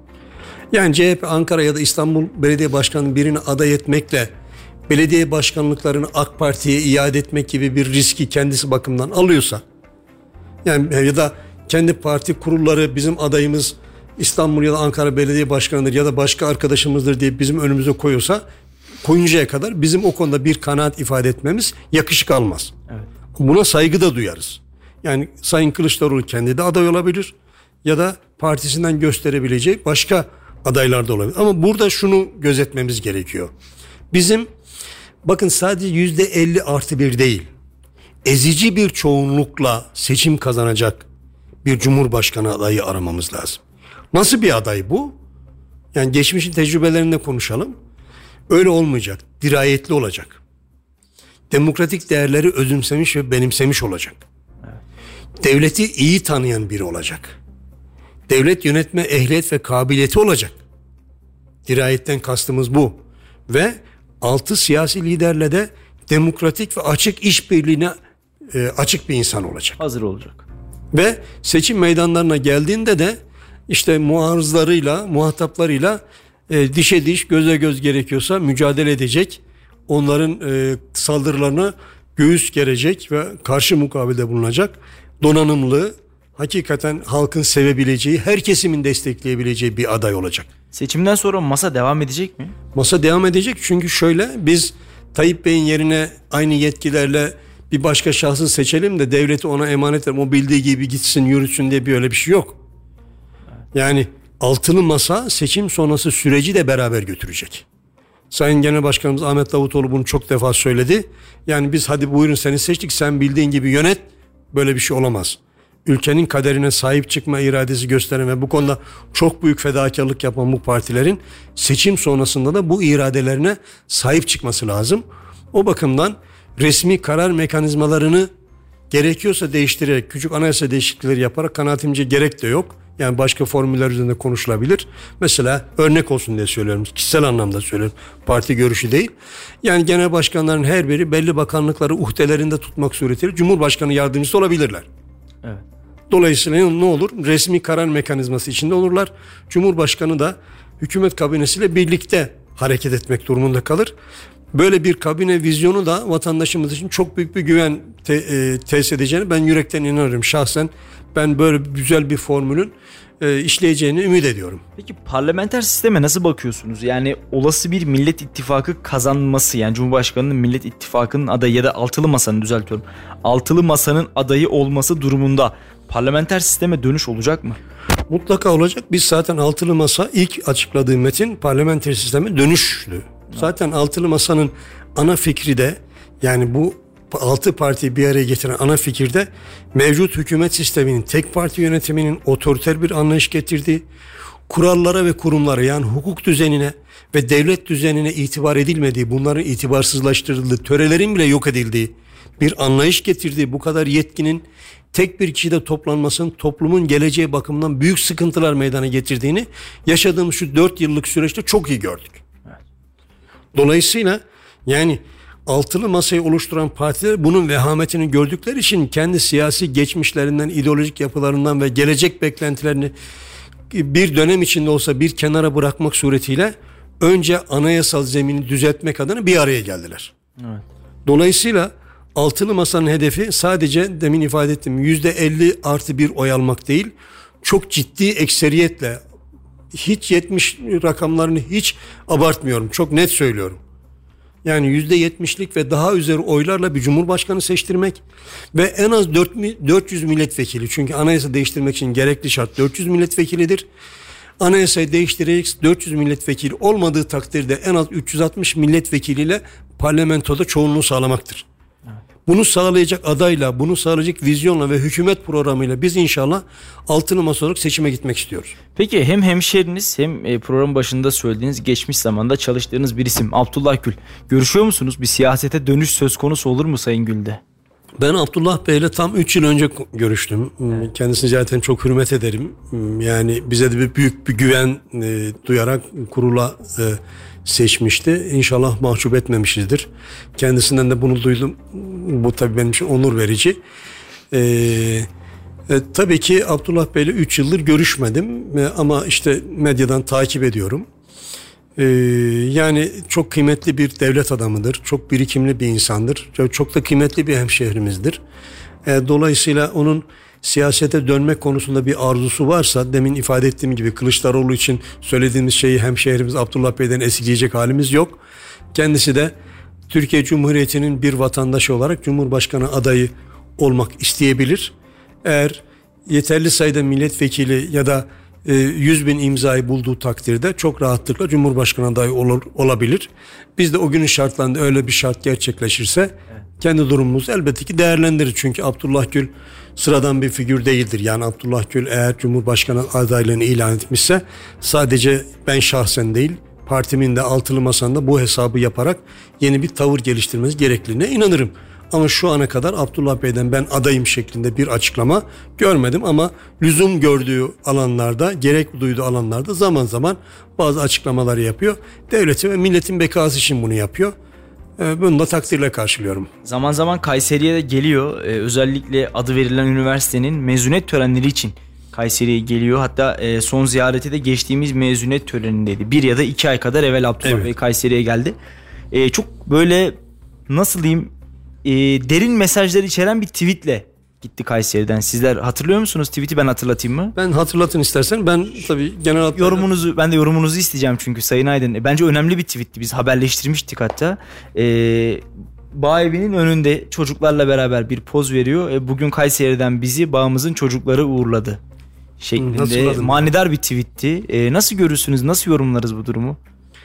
Yani C H P Ankara ya da İstanbul Belediye Başkanı'nın birini aday etmekle belediye başkanlıklarını AK Parti'ye iade etmek gibi bir riski kendisi bakımından alıyorsa, yani ya da kendi parti kurulları bizim adayımız İstanbul ya da Ankara Belediye Başkanı'dır ya da başka arkadaşımızdır diye bizim önümüze koyuyorsa, koyuncaya kadar bizim o konuda bir kanaat ifade etmemiz yakışık almaz. Evet. Buna saygı da duyarız. Yani Sayın Kılıçdaroğlu kendi de aday olabilir ya da partisinden gösterebileceği başka adaylar da olabilir. Ama burada şunu gözetmemiz gerekiyor. Bizim bakın sadece yüzde elli artı bir değil, ezici bir çoğunlukla seçim kazanacak bir cumhurbaşkanı adayı aramamız lazım. Nasıl bir aday bu? Yani geçmişin tecrübelerinde konuşalım. Öyle olmayacak. Dirayetli olacak. Demokratik değerleri özümsemiş ve benimsemiş olacak. Devleti iyi tanıyan biri olacak. Devlet yönetme ehliyet ve kabiliyeti olacak. Dirayetten kastımız bu. Ve altı siyasi liderle de demokratik ve açık işbirliğine e, açık bir insan olacak. Hazır olacak. Ve seçim meydanlarına geldiğinde de işte muarızlarıyla, muhataplarıyla e, dişe diş, göze göz gerekiyorsa mücadele edecek. Onların e, saldırılarına göğüs gerecek ve karşı mukabilede bulunacak. Donanımlı, hakikaten halkın sevebileceği, her kesimin destekleyebileceği bir aday olacak. Seçimden sonra masa devam edecek mi? Masa devam edecek çünkü şöyle, biz Tayyip Bey'in yerine aynı yetkilerle bir başka şahsı seçelim de devleti ona emanet edelim, o bildiği gibi gitsin yürütsün diye bir öyle bir şey yok. Yani altılı masa seçim sonrası süreci de beraber götürecek. Sayın Genel Başkanımız Ahmet Davutoğlu bunu çok defa söyledi. Yani biz hadi buyurun seni seçtik, sen bildiğin gibi yönet, böyle bir şey olamaz. Ülkenin kaderine sahip çıkma iradesi gösteren ve bu konuda çok büyük fedakarlık yapan bu partilerin seçim sonrasında da bu iradelerine sahip çıkması lazım. O bakımdan resmi karar mekanizmalarını gerekiyorsa değiştirerek, küçük anayasa değişiklikleri yaparak, kanaatimce gerek de yok. Yani başka formüller üzerinde konuşulabilir. Mesela örnek olsun diye söylüyorum. Kişisel anlamda söylüyorum. Parti görüşü değil. Yani genel başkanların her biri belli bakanlıkları uhdelerinde tutmak suretiyle Cumhurbaşkanı yardımcısı olabilirler. Evet. Dolayısıyla ne olur? Resmi karar mekanizması içinde olurlar. Cumhurbaşkanı da hükümet kabinesiyle birlikte hareket etmek durumunda kalır. Böyle bir kabine vizyonu da vatandaşımız için çok büyük bir güven te, e, tesis edeceğini ben yürekten inanıyorum. Şahsen ben böyle güzel bir formülün e, işleyeceğini ümit ediyorum. Peki parlamenter sisteme nasıl bakıyorsunuz? Yani olası bir Millet İttifakı kazanması, yani Cumhurbaşkanı'nın Millet İttifakı'nın adayı ya da altılı masanın, düzeltiyorum, altılı masanın adayı olması durumunda parlamenter sisteme dönüş olacak mı? Mutlaka olacak. Biz zaten altılı masa ilk açıkladığı metin parlamenter sisteme dönüştü. Zaten altılı masanın ana fikri de, yani bu altı partiyi bir araya getiren ana fikir de mevcut hükümet sisteminin, tek parti yönetiminin otoriter bir anlayış getirdiği, kurallara ve kurumlara, yani hukuk düzenine ve devlet düzenine itibar edilmediği, bunların itibarsızlaştırıldığı, törelerin bile yok edildiği bir anlayış getirdiği, bu kadar yetkinin tek bir kişide toplanmasının toplumun geleceği bakımından büyük sıkıntılar meydana getirdiğini yaşadığımız şu dört yıllık süreçte çok iyi gördük. Evet. Dolayısıyla yani altılı masayı oluşturan partiler bunun vehametini gördükleri için kendi siyasi geçmişlerinden, ideolojik yapılarından ve gelecek beklentilerini bir dönem içinde olsa bir kenara bırakmak suretiyle önce anayasal zemini düzeltmek adına bir araya geldiler. Evet. Dolayısıyla altılı masanın hedefi sadece demin ifade ettiğim yüzde elli artı bir oy almak değil, çok ciddi ekseriyetle, hiç yetmiş rakamlarını hiç abartmıyorum, çok net söylüyorum. Yani yüzde yetmişlik ve daha üzeri oylarla bir cumhurbaşkanı seçtirmek ve en az dört yüz milletvekili, çünkü anayasa değiştirmek için gerekli şart dört yüz milletvekilidir. Anayasayı değiştirecek dört yüz milletvekili olmadığı takdirde en az üç yüz altmış milletvekiliyle parlamentoda çoğunluğu sağlamaktır. Bunu sağlayacak adayla, bunu sağlayacak vizyonla ve hükümet programıyla biz inşallah altılı masa olarak seçime gitmek istiyoruz. Peki hem hemşeriniz hem program başında söylediğiniz, geçmiş zamanda çalıştığınız bir isim Abdullah Gül. Görüşüyor musunuz? Bir siyasete dönüş söz konusu olur mu Sayın Gül'de? Ben Abdullah Bey'le tam üç yıl önce görüştüm. Evet. Kendisini zaten çok hürmet ederim. Yani bize de bir büyük bir güven e, duyarak kurula e, seçmişti. İnşallah mahcup etmemişizdir. Kendisinden de bunu duydum. Bu tabii benim için onur verici. Ee, e, tabii ki Abdullah Bey'le üç yıldır görüşmedim. E, ama işte medyadan takip ediyorum. Ee, yani çok kıymetli bir devlet adamıdır. Çok birikimli bir insandır. Çok da kıymetli bir hemşehrimizdir. E, dolayısıyla onun siyasete dönmek konusunda bir arzusu varsa, demin ifade ettiğim gibi Kılıçdaroğlu için söylediğimiz şeyi hemşehrimiz Abdullah Bey'den esirgeyecek halimiz yok. Kendisi de Türkiye Cumhuriyeti'nin bir vatandaşı olarak Cumhurbaşkanı adayı olmak isteyebilir. Eğer yeterli sayıda milletvekili ya da yüz bin imzayı bulduğu takdirde çok rahatlıkla Cumhurbaşkanı adayı olur, olabilir. Biz de o günün şartlarında öyle bir şart gerçekleşirse evet, kendi durumumuzu elbette ki değerlendirir. Çünkü Abdullah Gül sıradan bir figür değildir. Yani Abdullah Gül eğer Cumhurbaşkanı adaylığını ilan etmişse sadece ben şahsen değil, partimin de altılı masanda bu hesabı yaparak yeni bir tavır geliştirmesi gerekliliğine inanırım. Ama şu ana kadar Abdullah Bey'den ben adayım şeklinde bir açıklama görmedim, ama lüzum gördüğü alanlarda, gerek duyduğu alanlarda zaman zaman bazı açıklamalar yapıyor. Devletin ve milletin bekası için bunu yapıyor. Bunu da takdirle karşılıyorum. Zaman zaman Kayseri'ye de geliyor. Ee, özellikle adı verilen üniversitenin mezuniyet törenleri için Kayseri'ye geliyor. Hatta e, son ziyareti de geçtiğimiz mezuniyet törenindeydi. Bir ya da iki ay kadar evvel Abdullah evet. Bey Kayseri'ye geldi. E, çok böyle nasıl diyeyim e, derin mesajlar içeren bir tweetle gitti Kayseri'den. Sizler hatırlıyor musunuz tweet'i? Ben hatırlatayım mı? Ben hatırlatın istersen. Ben tabii genel hatlarla... yorumunuzu ben de yorumunuzu isteyeceğim çünkü Sayın Aydın. Bence önemli bir tweet'ti. Biz haberleştirmiştik hatta. Ee, Bağ evinin önünde çocuklarla beraber bir poz veriyor. E, bugün Kayseri'den bizi bağımızın çocukları uğurladı şeklinde manidar bir tweet'ti. E, nasıl görürsünüz? Nasıl yorumlarız bu durumu?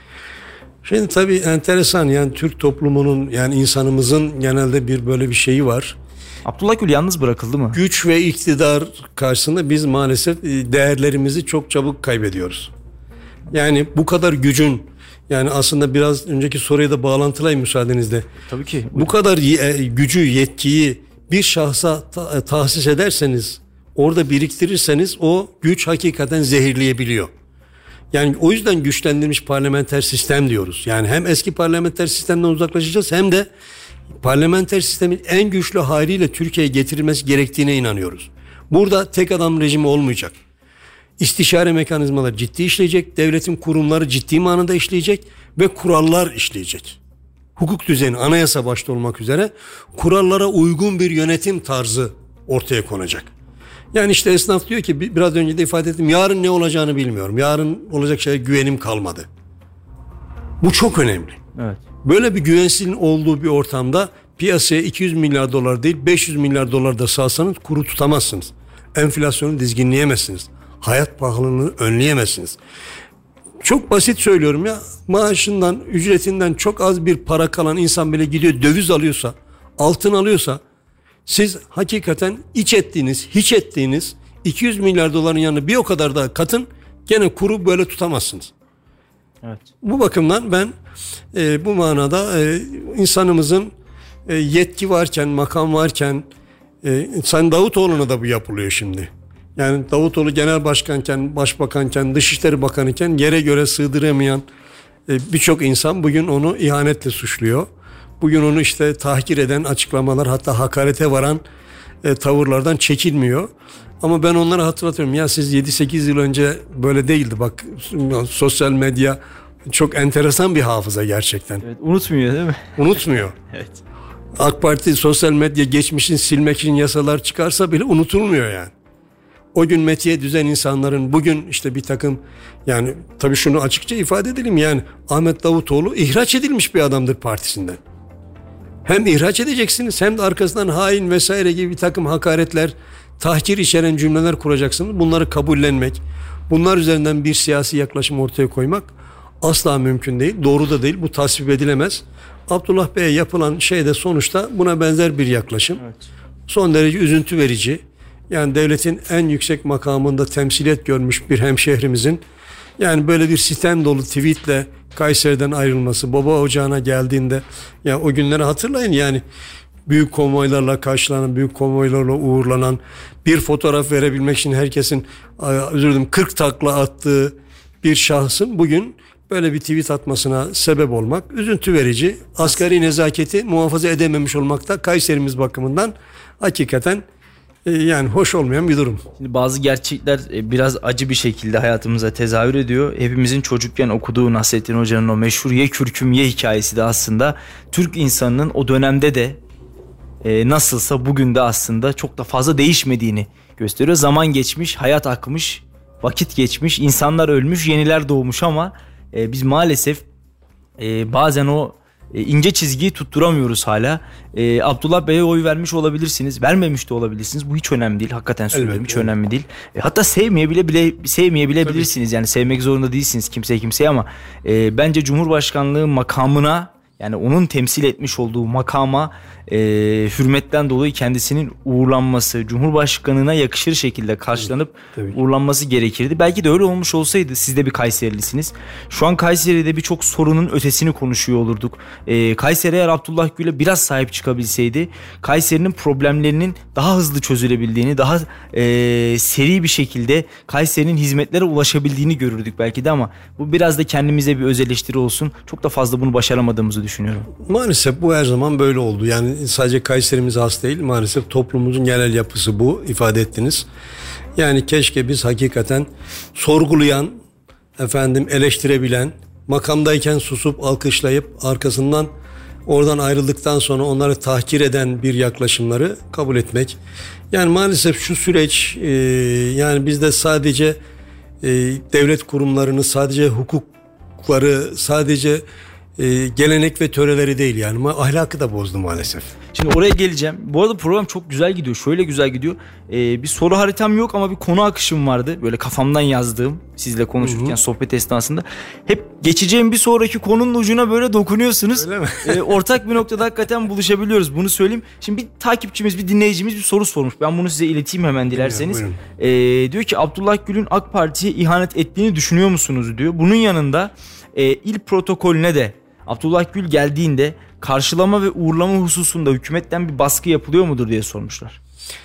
Şimdi tabii enteresan, yani Türk toplumunun, yani insanımızın genelde bir böyle bir şeyi var. Abdullah Gül yalnız bırakıldı mı? Güç ve iktidar karşısında biz maalesef değerlerimizi çok çabuk kaybediyoruz. Yani bu kadar gücün, yani aslında biraz önceki soruya da bağlantılayım müsaadenizle. Tabii ki. Bu kadar gücü, yetkiyi bir şahsa ta- tahsis ederseniz, orada biriktirirseniz o güç hakikaten zehirleyebiliyor. Yani o yüzden güçlendirilmiş parlamenter sistem diyoruz. Yani hem eski parlamenter sistemden uzaklaşacağız, hem de parlamenter sistemin en güçlü haliyle Türkiye'ye getirilmesi gerektiğine inanıyoruz. Burada tek adam rejimi olmayacak. İstişare mekanizmaları ciddi işleyecek, devletin kurumları ciddi manada işleyecek ve kurallar işleyecek. Hukuk düzeni, anayasa başta olmak üzere kurallara uygun bir yönetim tarzı ortaya konacak. Yani işte esnaf diyor ki, biraz önce de ifade ettim, yarın ne olacağını bilmiyorum. Yarın olacak şeye güvenim kalmadı. Bu çok önemli. Evet. Böyle bir güvensizliğin olduğu bir ortamda piyasaya iki yüz milyar dolar değil beş yüz milyar dolar da salsanız kuru tutamazsınız. Enflasyonu dizginleyemezsiniz. Hayat pahalılığını önleyemezsiniz. Çok basit söylüyorum ya, maaşından, ücretinden çok az bir para kalan insan bile gidiyor döviz alıyorsa, altın alıyorsa, siz hakikaten iç ettiğiniz, hiç ettiğiniz iki yüz milyar doların yanına bir o kadar daha katın, gene kuru böyle tutamazsınız. Evet. Bu bakımdan ben e, bu manada e, insanımızın e, yetki varken, makam varken, e, Sayın Davutoğlu'na da bu yapılıyor şimdi. Yani Davutoğlu genel başkanken, başbakanken, dışişleri bakanıken yere göre sığdıramayan e, birçok insan bugün onu ihanetle suçluyor. Bugün onu işte tahkir eden açıklamalar, hatta hakarete varan e, tavırlardan çekilmiyor. Ama ben onlara hatırlatıyorum. Ya siz yedi sekiz yıl önce böyle değildi. Bak, sosyal medya çok enteresan bir hafıza gerçekten. Evet, unutmuyor değil mi? Unutmuyor. Evet. AK Parti sosyal medya geçmişini silmek için yasalar çıkarsa bile unutulmuyor yani. O gün metiye düzen insanların bugün işte bir takım, yani tabii şunu açıkça ifade edelim, yani Ahmet Davutoğlu ihraç edilmiş bir adamdır partisinden. Hem ihraç edeceksiniz hem de arkasından hain vesaire gibi bir takım hakaretler, tahkir içeren cümleler kuracaksınız. Bunları kabullenmek, bunlar üzerinden bir siyasi yaklaşım ortaya koymak asla mümkün değil. Doğru da değil. Bu tasvip edilemez. Abdullah Bey'e yapılan şey de sonuçta buna benzer bir yaklaşım. Evet. Son derece üzüntü verici. Yani devletin en yüksek makamında temsiliyet görmüş bir hemşehrimizin yani böyle bir sitem dolu tweetle Kayseri'den ayrılması, baba ocağına geldiğinde, ya o günleri hatırlayın, yani büyük konvoylarla karşılanan, büyük konvoylarla uğurlanan, bir fotoğraf verebilmek için herkesin özür dilerim kırk takla attığı bir şahsın bugün böyle bir tweet atmasına sebep olmak üzüntü verici. Asgari nezaketi muhafaza edememiş olmak da Kayserimiz bakımından hakikaten yani hoş olmayan bir durum. Şimdi bazı gerçekler biraz acı bir şekilde hayatımıza tezahür ediyor. Hepimizin çocukken okuduğu Nasrettin Hoca'nın o meşhur Ye Kürküm Ye hikayesi de aslında Türk insanının o dönemde de e, nasılsa bugün de aslında çok da fazla değişmediğini gösteriyor. Zaman geçmiş, hayat akmış, vakit geçmiş, insanlar ölmüş, yeniler doğmuş ama e, biz maalesef e, bazen o E, ince çizgiyi tutturamıyoruz hala. E, Abdullah Bey'e oy vermiş olabilirsiniz, vermemiş de olabilirsiniz. Bu hiç önemli değil. Hakikaten söylüyorum, evet, hiç evet. önemli değil. E, hatta sevmeyebile bile sevmeyebilebilirsiniz. Yani sevmek zorunda değilsiniz kimseye kimseye ama e, bence Cumhurbaşkanlığı makamına, yani onun temsil etmiş olduğu makama e, hürmetten dolayı kendisinin uğurlanması, Cumhurbaşkanına yakışır şekilde karşılanıp tabii, tabii. uğurlanması gerekirdi. Belki de öyle olmuş olsaydı, siz de bir Kayserilisiniz. Şu an Kayseri'de birçok sorunun ötesini konuşuyor olurduk. E, Kayseri eğer Abdullah Gül'e biraz sahip çıkabilseydi, Kayseri'nin problemlerinin daha hızlı çözülebildiğini, daha e, seri bir şekilde Kayseri'nin hizmetlere ulaşabildiğini görürdük belki de, ama bu biraz da kendimize bir öz eleştiri olsun. Çok da fazla bunu başaramadığımızı düşünüyorum. Maalesef bu her zaman böyle oldu. Yani sadece Kayserimiz has değil. Maalesef toplumumuzun genel yapısı bu. İfade ettiniz. Yani keşke biz hakikaten sorgulayan, efendim eleştirebilen, makamdayken susup alkışlayıp arkasından oradan ayrıldıktan sonra onları tahkir eden bir yaklaşımları kabul etmek. Yani maalesef şu süreç e, yani bizde sadece e, devlet kurumlarını, sadece hukukları, sadece Ee, gelenek ve töreleri değil, yani ahlakı da bozdu maalesef. Şimdi oraya geleceğim. Bu arada program çok güzel gidiyor. Şöyle güzel gidiyor. Ee, bir soru haritam yok ama bir konu akışım vardı. Böyle kafamdan yazdığım, sizle konuşurken, Hı-hı. sohbet esnasında. Hep geçeceğim bir sonraki konunun ucuna böyle dokunuyorsunuz. Öyle mi? ee, ortak bir noktada hakikaten buluşabiliyoruz. Bunu söyleyeyim. Şimdi bir takipçimiz, bir dinleyicimiz bir soru sormuş. Ben bunu size ileteyim hemen dilerseniz. Ee, diyor ki Abdullah Gül'ün AK Parti'ye ihanet ettiğini düşünüyor musunuz diyor. Bunun yanında e, il protokolüne de Abdullah Gül geldiğinde karşılama ve uğurlama hususunda hükümetten bir baskı yapılıyor mudur diye sormuşlar.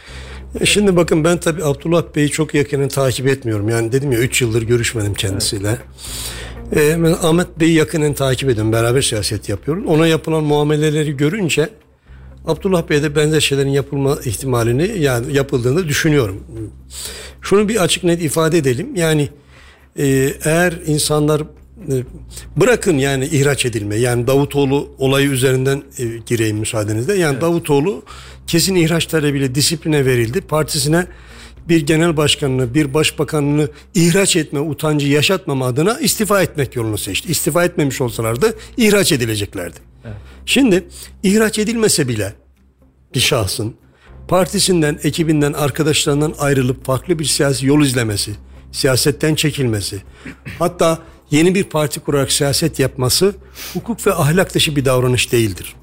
Şimdi bakın, ben tabii Abdullah Bey'i çok yakinen takip etmiyorum. Yani dedim ya, üç yıldır görüşmedim kendisiyle. Evet. Ee, Ahmet Bey'i yakinen takip ediyorum. Beraber siyaset yapıyoruz. Ona yapılan muameleleri görünce Abdullah Bey'e de benzer şeylerin yapılma ihtimalini, yani yapıldığını düşünüyorum. Şunu bir açık net ifade edelim. Yani e, eğer insanlar bırakın yani ihraç edilme, yani Davutoğlu olayı üzerinden e, gireyim müsaadenizle. Yani evet. Davutoğlu kesin ihraç talebiyle disipline verildi. Partisine bir genel başkanını, bir başbakanını ihraç etme utancı yaşatmama adına istifa etmek yolunu seçti. İstifa etmemiş olsalardı ihraç edileceklerdi. Evet. Şimdi ihraç edilmese bile bir şahsın partisinden, ekibinden, arkadaşlarından ayrılıp farklı bir siyasi yol izlemesi, siyasetten çekilmesi, hatta yeni bir parti kurarak siyaset yapması hukuk ve ahlak dışı bir davranış değildir.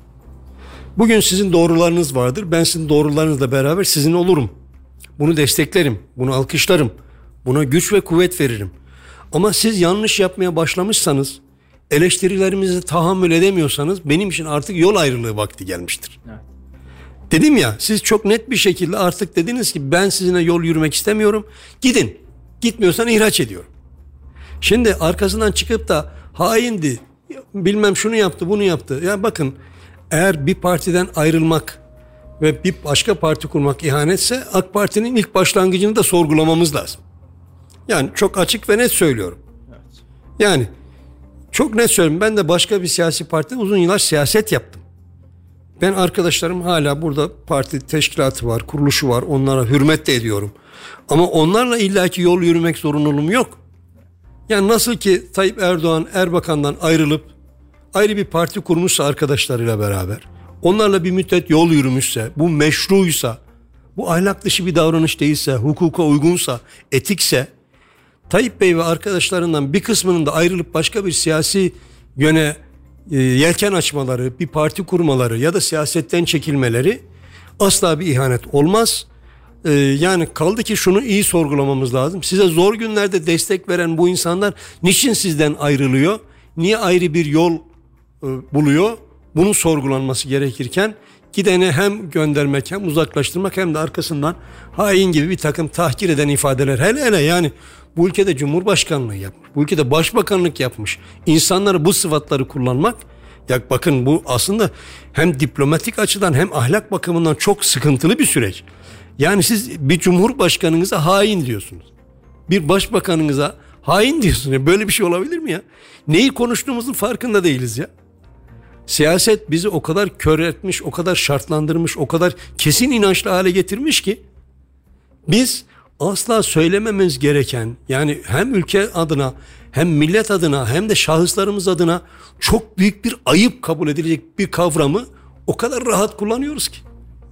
Bugün sizin doğrularınız vardır. Ben sizin doğrularınızla beraber sizin olurum. Bunu desteklerim, bunu alkışlarım. Buna güç ve kuvvet veririm. Ama siz yanlış yapmaya başlamışsanız, eleştirilerimizi tahammül edemiyorsanız benim için artık yol ayrılığı vakti gelmiştir. Evet. Dedim ya, siz çok net bir şekilde artık dediniz ki ben sizinle yol yürümek istemiyorum. Gidin. Gitmiyorsan ihraç ediyorum. Şimdi arkasından çıkıp da haindi, bilmem şunu yaptı, bunu yaptı. Ya bakın, eğer bir partiden ayrılmak ve bir başka parti kurmak ihanetse AK Parti'nin ilk başlangıcını da sorgulamamız lazım. Yani çok açık ve net söylüyorum. Evet. Yani çok net söylüyorum. Ben de başka bir siyasi partide uzun yıllar siyaset yaptım. Ben arkadaşlarım hala burada parti teşkilatı var, kuruluşu var. Onlara hürmet de ediyorum. Ama onlarla illaki yol yürümek zorunluluğum yok. Yani nasıl ki Tayyip Erdoğan Erbakan'dan ayrılıp ayrı bir parti kurmuşsa arkadaşlarıyla beraber, onlarla bir müddet yol yürümüşse, bu meşruysa, bu ahlak dışı bir davranış değilse, hukuka uygunsa, etikse, Tayyip Bey ve arkadaşlarından bir kısmının da ayrılıp başka bir siyasi yöne e, yelken açmaları, bir parti kurmaları ya da siyasetten çekilmeleri asla bir ihanet olmaz. E, yani kaldı ki şunu iyi sorgulamamız lazım. Size zor günlerde destek veren bu insanlar niçin sizden ayrılıyor? Niye ayrı bir yol e, buluyor? Bunun sorgulanması gerekirken gidene hem göndermek hem uzaklaştırmak hem de arkasından hain gibi bir takım tahkir eden ifadeler. Hele hele yani bu ülkede Cumhurbaşkanlığı yapmış. Bu ülkede Başbakanlık yapmış. İnsanları bu sıfatları kullanmak, ya bakın bu aslında hem diplomatik açıdan hem ahlak bakımından çok sıkıntılı bir süreç. Yani siz bir Cumhurbaşkanınıza hain diyorsunuz. Bir başbakanınıza hain diyorsunuz. Böyle bir şey olabilir mi ya? Neyi konuştuğumuzun farkında değiliz ya. Siyaset bizi o kadar kör etmiş, o kadar şartlandırmış, o kadar kesin inançlı hale getirmiş ki biz asla söylememiz gereken, yani hem ülke adına hem millet adına hem de şahıslarımız adına çok büyük bir ayıp kabul edilecek bir kavramı o kadar rahat kullanıyoruz ki.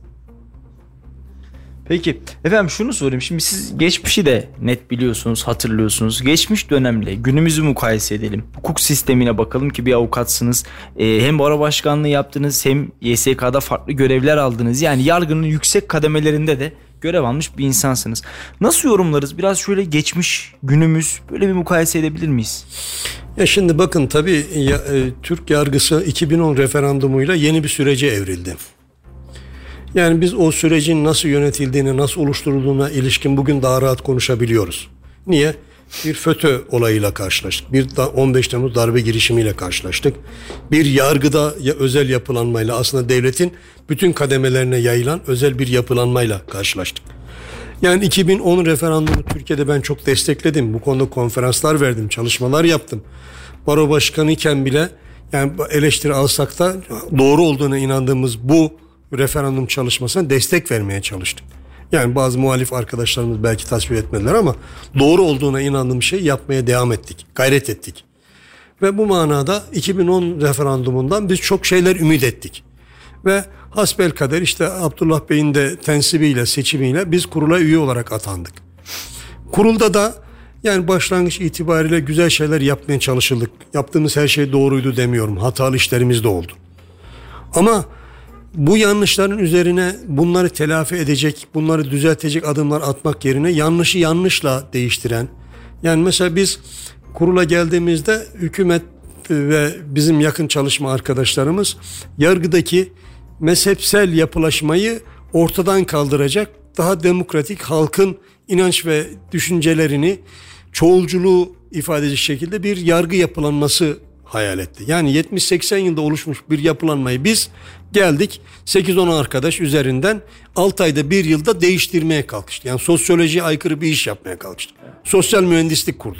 Peki efendim şunu sorayım. Şimdi siz geçmişi de net biliyorsunuz, hatırlıyorsunuz. Geçmiş dönemle günümüzü mukayese edelim. Hukuk sistemine bakalım ki bir avukatsınız. Ee, hem baro başkanlığı yaptınız hem Y S K'da farklı görevler aldınız. Yani yargının yüksek kademelerinde de görev almış bir insansınız. Nasıl yorumlarız? Biraz şöyle geçmiş, günümüz böyle bir mukayese edebilir miyiz? Ya şimdi bakın tabii ya, e, Türk yargısı iki bin on referandumuyla yeni bir sürece evrildi. Yani biz o sürecin nasıl yönetildiğine, nasıl oluşturulduğuna ilişkin bugün daha rahat konuşabiliyoruz. Niye? Bir FETÖ olayıyla karşılaştık. Bir on beş Temmuz darbe girişimiyle karşılaştık. Bir yargıda ya özel yapılanmayla, aslında devletin bütün kademelerine yayılan özel bir yapılanmayla karşılaştık. Yani iki bin on referandumu Türkiye'de ben çok destekledim. Bu konuda konferanslar verdim, çalışmalar yaptım. Baro başkanı iken bile yani eleştiri alsak da doğru olduğuna inandığımız bu referandum çalışmasına destek vermeye çalıştık. Yani bazı muhalif arkadaşlarımız belki tasvip etmediler ama doğru olduğuna inandığım şey yapmaya devam ettik, gayret ettik. Ve bu manada iki bin on referandumundan biz çok şeyler ümit ettik. Ve hasbelkader işte Abdullah Bey'in de tensibiyle, seçimiyle biz kurula üye olarak atandık. Kurulda da yani başlangıç itibariyle güzel şeyler yapmaya çalışıldık. Yaptığımız her şey doğruydu demiyorum. Hatalı işlerimiz de oldu. Ama bu yanlışların üzerine bunları telafi edecek, bunları düzeltecek adımlar atmak yerine yanlışı yanlışla değiştiren. Yani mesela biz kurula geldiğimizde hükümet ve bizim yakın çalışma arkadaşlarımız yargıdaki mezhepsel yapılaşmayı ortadan kaldıracak, daha demokratik halkın inanç ve düşüncelerini, çoğulculuğu ifade edecek şekilde bir yargı yapılanması hayal etti. Yani yetmiş seksen yılda oluşmuş bir yapılanmayı biz geldik sekiz on arkadaş üzerinden altı ayda bir yılda değiştirmeye kalkıştık. Yani sosyolojiye aykırı bir iş yapmaya kalkıştık. Sosyal mühendislik kurduk.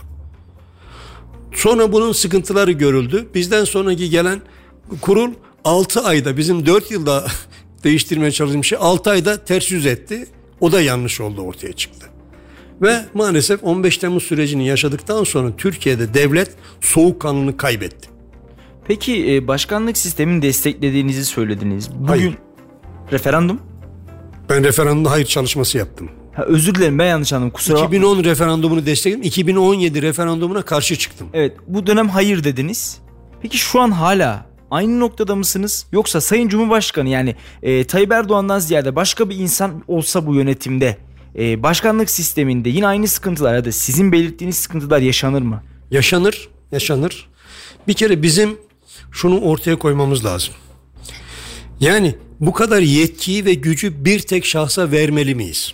Sonra bunun sıkıntıları görüldü. Bizden sonraki gelen kurul altı ayda bizim dört yılda değiştirmeye çalıştığımız şey altı ayda ters yüz etti. O da yanlış oldu, ortaya çıktı. Ve maalesef on beş Temmuz sürecini yaşadıktan sonra Türkiye'de devlet soğukkanlılığını kaybetti. Peki başkanlık sistemini desteklediğinizi söylediniz. Bugün hayır. Referandum? Ben referandumda hayır çalışması yaptım. Ha, özür dilerim, ben yanlış anladım. Kusura bakma. iki bin on referandumunu destekledim. iki bin on yedi referandumuna karşı çıktım. Evet, bu dönem hayır dediniz. Peki şu an hala aynı noktada mısınız? Yoksa Sayın Cumhurbaşkanı, yani e, Tayyip Erdoğan'dan ziyade başka bir insan olsa bu yönetimde, e, başkanlık sisteminde yine aynı sıkıntılar ya da sizin belirttiğiniz sıkıntılar yaşanır mı? Yaşanır, yaşanır. Bir kere bizim şunu ortaya koymamız lazım. Yani bu kadar yetkiyi ve gücü bir tek şahsa vermeli miyiz?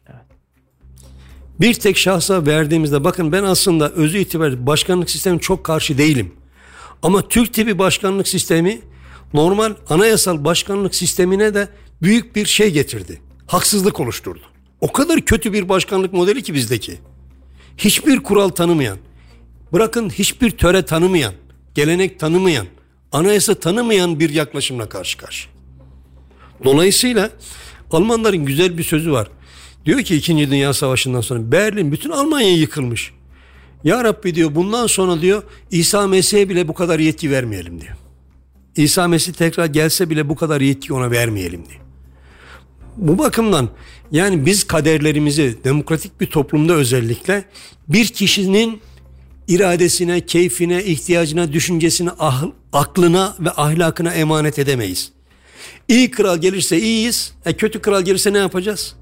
Bir tek şahsa verdiğimizde, bakın ben aslında özü itibariyle başkanlık sistemine çok karşı değilim. Ama Türk tipi başkanlık sistemi normal anayasal başkanlık sistemine de büyük bir şey getirdi. Haksızlık oluşturdu. O kadar kötü bir başkanlık modeli ki bizdeki. Hiçbir kural tanımayan, bırakın hiçbir töre tanımayan, gelenek tanımayan, anayasa tanımayan bir yaklaşımla karşı karşıya. Dolayısıyla Almanların güzel bir sözü var. Diyor ki İkinci Dünya Savaşı'ndan sonra Berlin, bütün Almanya yıkılmış. Ya Rabbi diyor, bundan sonra diyor İsa Mesih'e bile bu kadar yetki vermeyelim diyor. İsa Mesih tekrar gelse bile bu kadar yetki ona vermeyelim diyor. Bu bakımdan yani biz kaderlerimizi demokratik bir toplumda özellikle bir kişinin iradesine, keyfine, ihtiyacına, düşüncesine, ah, aklına ve ahlakına emanet edemeyiz. İyi kral gelirse iyiyiz, e, kötü kral gelirse ne yapacağız?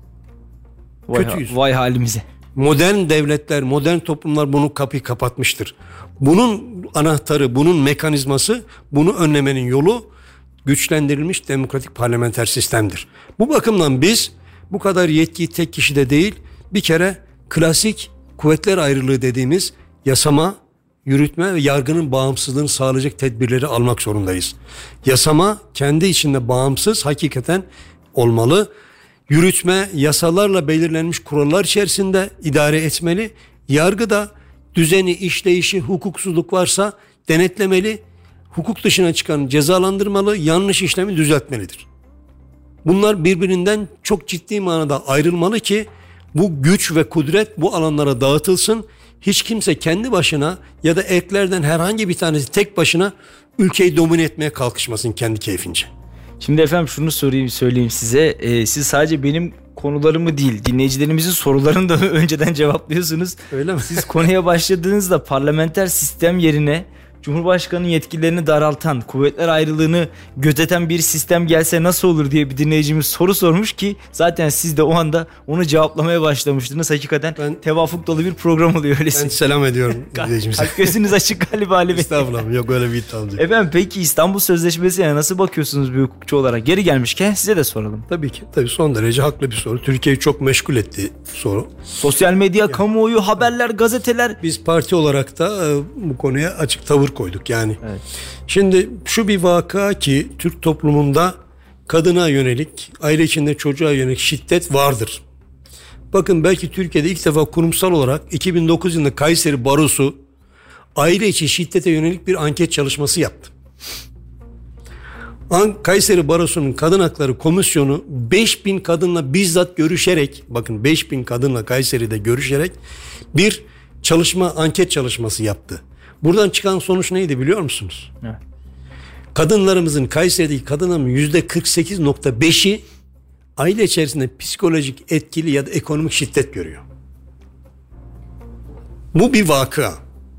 Vay, Kötüyüz. Vay halimize. Modern devletler, modern toplumlar bunu kapıyı kapatmıştır. Bunun anahtarı, bunun mekanizması, bunu önlemenin yolu güçlendirilmiş demokratik parlamenter sistemdir. Bu bakımdan biz bu kadar yetkiyi tek kişide değil, bir kere klasik kuvvetler ayrılığı dediğimiz yasama, yürütme ve yargının bağımsızlığını sağlayacak tedbirleri almak zorundayız. Yasama kendi içinde bağımsız hakikaten olmalı. Yürütme yasalarla belirlenmiş kurallar içerisinde idare etmeli. Yargı da düzeni, işleyişi, hukuksuzluk varsa denetlemeli. Hukuk dışına çıkan cezalandırmalı, yanlış işlemi düzeltmelidir. Bunlar birbirinden çok ciddi manada ayrılmalı ki bu güç ve kudret bu alanlara dağıtılsın. Hiç kimse kendi başına ya da eklerden herhangi bir tanesi tek başına ülkeyi domine etmeye kalkışmasın kendi keyfince. Şimdi efendim şunu sorayım, söyleyeyim size. Ee, siz sadece benim konularımı değil, dinleyicilerimizin sorularını da önceden cevaplıyorsunuz. Öyle mi? Siz konuya başladığınızda parlamenter sistem yerine Cumhurbaşkanı'nın yetkilerini daraltan, kuvvetler ayrılığını gözeten bir sistem gelse nasıl olur diye bir dinleyicimiz soru sormuş ki zaten siz de o anda onu cevaplamaya başlamıştınız. Hakikaten ben, tevafuk dolu bir program oluyor öylesi. Ben selam ediyorum dinleyicimize. Kalp gözünüz açık galiba Ali Bey. Estağfurullah, yok öyle bir iddiam değil. Efendim peki İstanbul Sözleşmesi'ne nasıl bakıyorsunuz bir hukukçu olarak? Geri gelmişken size de soralım. Tabii ki, tabii son derece haklı bir soru. Türkiye'yi çok meşgul etti soru. Sosyal medya, yani, kamuoyu, haberler, gazeteler. Biz parti olarak da bu konuya açık tavır koyduk yani. Evet. Şimdi şu bir vaka ki Türk toplumunda kadına yönelik, aile içinde çocuğa yönelik şiddet vardır. Bakın belki Türkiye'de ilk defa kurumsal olarak iki bin dokuz yılında Kayseri Barosu aile içi şiddete yönelik bir anket çalışması yaptı. Kayseri Barosu'nun Kadın Hakları Komisyonu beş bin kadınla bizzat görüşerek, bakın beş bin kadınla Kayseri'de görüşerek bir çalışma, anket çalışması yaptı. Buradan çıkan sonuç neydi biliyor musunuz? Evet. Kadınlarımızın, Kayseri'deki kadınların yüzde kırk sekiz nokta beşi aile içerisinde psikolojik, etkili ya da ekonomik şiddet görüyor. Bu bir vaka.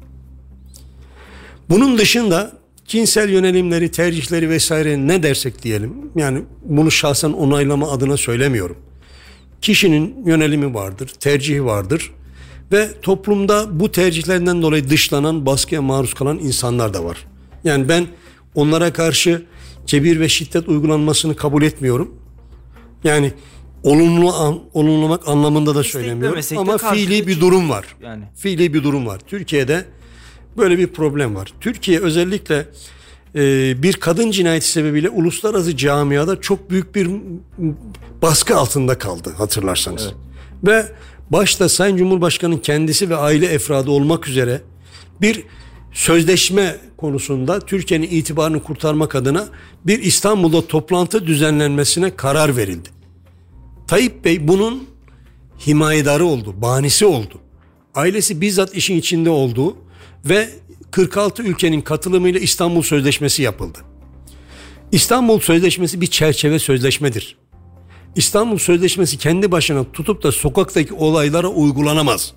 Bunun dışında cinsel yönelimleri, tercihleri vesaire ne dersek diyelim. Yani bunu şahsen onaylama adına söylemiyorum. Kişinin yönelimi vardır, tercihi vardır. Ve toplumda bu tercihlerinden dolayı dışlanan, baskıya maruz kalan insanlar da var. Yani ben onlara karşı cebir ve şiddet uygulanmasını kabul etmiyorum. Yani olumlu olumlamak anlamında da söylemiyorum. Ama fiili bir durum var. Yani. Fiili bir durum var. Türkiye'de böyle bir problem var. Türkiye özellikle e, bir kadın cinayeti sebebiyle uluslararası camiada çok büyük bir baskı altında kaldı hatırlarsanız. Evet. Ve başta Sayın Cumhurbaşkanı'nın kendisi ve aile efradı olmak üzere bir sözleşme konusunda Türkiye'nin itibarını kurtarmak adına bir İstanbul'da toplantı düzenlenmesine karar verildi. Tayyip Bey bunun himayedarı oldu, bahanesi oldu. Ailesi bizzat işin içinde oldu ve kırk altı ülkenin katılımıyla İstanbul Sözleşmesi yapıldı. İstanbul Sözleşmesi bir çerçeve sözleşmedir. İstanbul Sözleşmesi kendi başına tutup da sokaktaki olaylara uygulanamaz.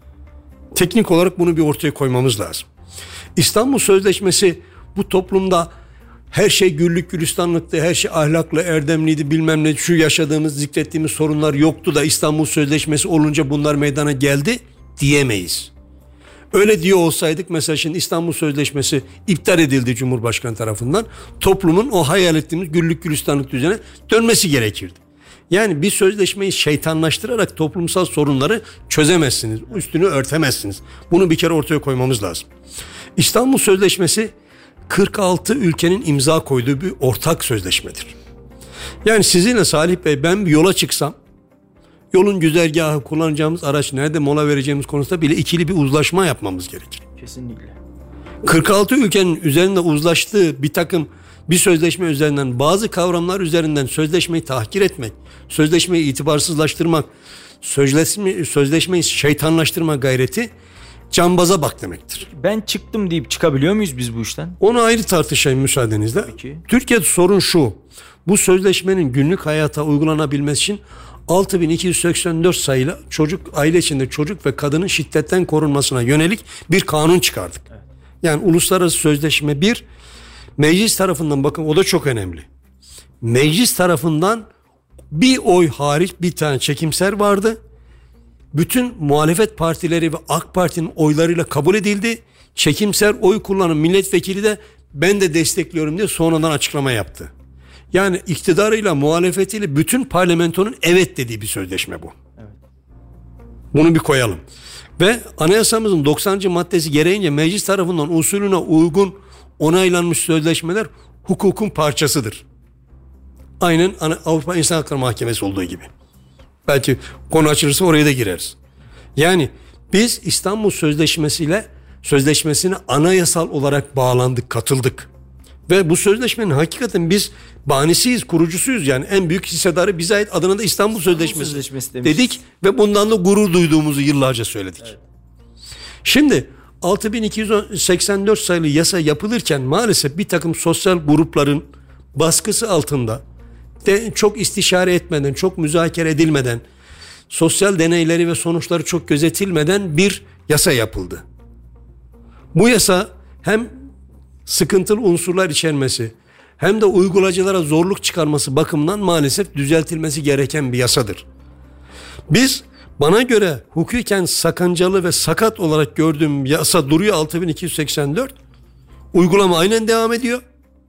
Teknik olarak bunu bir ortaya koymamız lazım. İstanbul Sözleşmesi bu toplumda her şey güllük gülistanlıktı, her şey ahlaklı, erdemliydi, bilmem ne, şu yaşadığımız, zikrettiğimiz sorunlar yoktu da İstanbul Sözleşmesi olunca bunlar meydana geldi diyemeyiz. Öyle diyor olsaydık mesela şimdi İstanbul Sözleşmesi iptal edildi Cumhurbaşkanı tarafından. Toplumun o hayal ettiğimiz güllük gülistanlık düzene dönmesi gerekirdi. Yani bir sözleşmeyi şeytanlaştırarak toplumsal sorunları çözemezsiniz. Üstünü örtemezsiniz. Bunu bir kere ortaya koymamız lazım. İstanbul Sözleşmesi kırk altı ülkenin imza koyduğu bir ortak sözleşmedir. Yani sizinle Salih Bey ben bir yola çıksam, yolun güzergahı, kullanacağımız araç, nerede mola vereceğimiz konusunda bile ikili bir uzlaşma yapmamız gerekir. Kesinlikle. kırk altı ülkenin üzerinde uzlaştığı bir takım bir sözleşme üzerinden, bazı kavramlar üzerinden sözleşmeyi tahkir etmek, sözleşmeyi itibarsızlaştırmak, sözleşme, sözleşmeyi şeytanlaştırma gayreti cambaza bak demektir. Ben çıktım deyip çıkabiliyor muyuz biz bu işten? Onu ayrı tartışayım müsaadenizle. Peki. Türkiye'de sorun şu: bu sözleşmenin günlük hayata uygulanabilmesi için altı bin iki yüz seksen dört sayılı çocuk, aile içinde çocuk ve kadının şiddetten korunmasına yönelik bir kanun çıkardık. Evet. Yani uluslararası sözleşme bir, meclis tarafından, bakın o da çok önemli. Meclis tarafından bir oy hariç bir tane çekimser vardı. Bütün muhalefet partileri ve AK Parti'nin oylarıyla kabul edildi. Çekimser oy kullanan milletvekili de ben de destekliyorum diye sonradan açıklama yaptı. Yani iktidarıyla muhalefetiyle bütün parlamentonun evet dediği bir sözleşme bu. Evet. Bunu bir koyalım. Ve anayasamızın doksanıncı maddesi gereğince meclis tarafından usulüne uygun onaylanmış sözleşmeler hukukun parçasıdır. Aynen Avrupa İnsan Hakları Mahkemesi olduğu gibi. Belki konu açılırsa oraya da gireriz. Yani biz İstanbul Sözleşmesi'yle sözleşmesine anayasal olarak bağlandık, katıldık. Ve bu sözleşmenin hakikaten biz banisiyiz, kurucusuyuz. Yani en büyük hissedarı bize ait, adına da İstanbul, İstanbul Sözleşmesi, Sözleşmesi dedik ve bundan da gurur duyduğumuzu yıllarca söyledik. Evet. Şimdi altı bin iki yüz seksen dört sayılı yasa yapılırken maalesef bir takım sosyal grupların baskısı altında, de çok istişare etmeden, çok müzakere edilmeden, sosyal deneyleri ve sonuçları çok gözetilmeden bir yasa yapıldı. Bu yasa hem sıkıntılı unsurlar içermesi hem de uygulayıcılara zorluk çıkarması bakımından maalesef düzeltilmesi gereken bir yasadır. Biz, bana göre hukuken sakıncalı ve sakat olarak gördüğüm yasa duruyor altı bin iki yüz seksen dört. Uygulama aynen devam ediyor.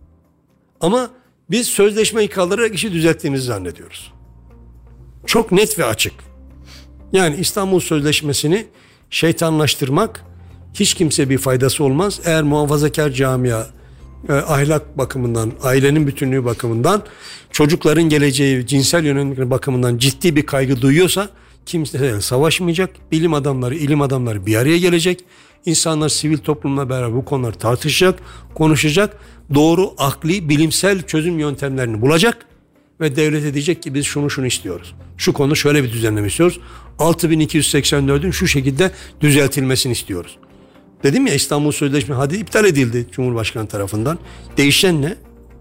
Ama biz sözleşmeyi kaldırarak işi düzelttiğimizi zannediyoruz. Çok net ve açık. Yani İstanbul Sözleşmesi'ni şeytanlaştırmak hiç kimseye bir faydası olmaz. Eğer muhafazakar camia e, ahlak bakımından, ailenin bütünlüğü bakımından, çocukların geleceği, cinsel yönelik bakımından ciddi bir kaygı duyuyorsa kimse savaşmayacak. Bilim adamları, ilim adamları bir araya gelecek. İnsanlar sivil toplumla beraber bu konuları tartışacak, konuşacak. Doğru, akli, bilimsel çözüm yöntemlerini bulacak ve devlete diyecek ki biz şunu şunu istiyoruz. Şu konu şöyle bir düzenleme istiyoruz. altı bin iki yüz seksen dördün şu şekilde düzeltilmesini istiyoruz. Dedim ya, İstanbul Sözleşmesi hadi iptal edildi Cumhurbaşkanı tarafından. Değişen ne?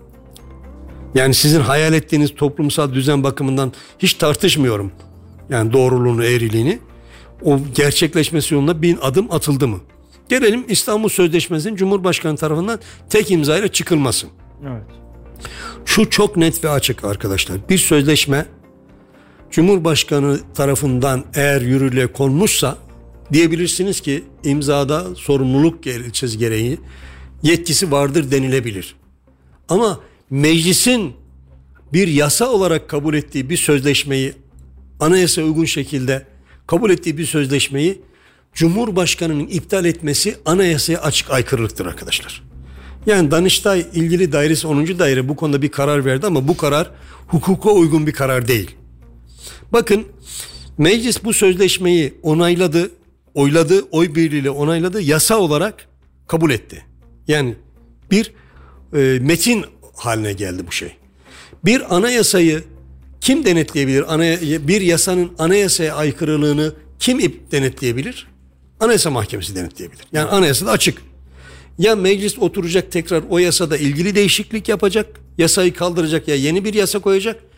Yani sizin hayal ettiğiniz toplumsal düzen bakımından hiç tartışmıyorum. Yani doğruluğunu, eğriliğini. O gerçekleşmesi yolunda bir adım atıldı mı? Gelelim İstanbul Sözleşmesi'nin Cumhurbaşkanı tarafından tek imzayla çıkılması. Evet. Şu çok net ve açık arkadaşlar. Bir sözleşme Cumhurbaşkanı tarafından eğer yürürlüğe konmuşsa diyebilirsiniz ki imzada sorumluluk gerekçesi gereği yetkisi vardır denilebilir. Ama meclisin bir yasa olarak kabul ettiği bir sözleşmeyi, anayasaya uygun şekilde kabul ettiği bir sözleşmeyi Cumhurbaşkanı'nın iptal etmesi anayasaya açık aykırılıktır arkadaşlar. Yani Danıştay ilgili dairesi onuncu daire bu konuda bir karar verdi ama bu karar hukuka uygun bir karar değil. Bakın, meclis bu sözleşmeyi onayladı, oyladı, oy birliğiyle onayladı, yasa olarak kabul etti. Yani bir e, metin haline geldi bu şey. Bir anayasayı kim denetleyebilir? Anay- bir yasanın anayasaya aykırılığını kim denetleyebilir? Anayasa Mahkemesi denetleyebilir. Yani anayasada açık. Ya meclis oturacak tekrar o yasada ilgili değişiklik yapacak, yasayı kaldıracak ya yeni bir yasa koyacak,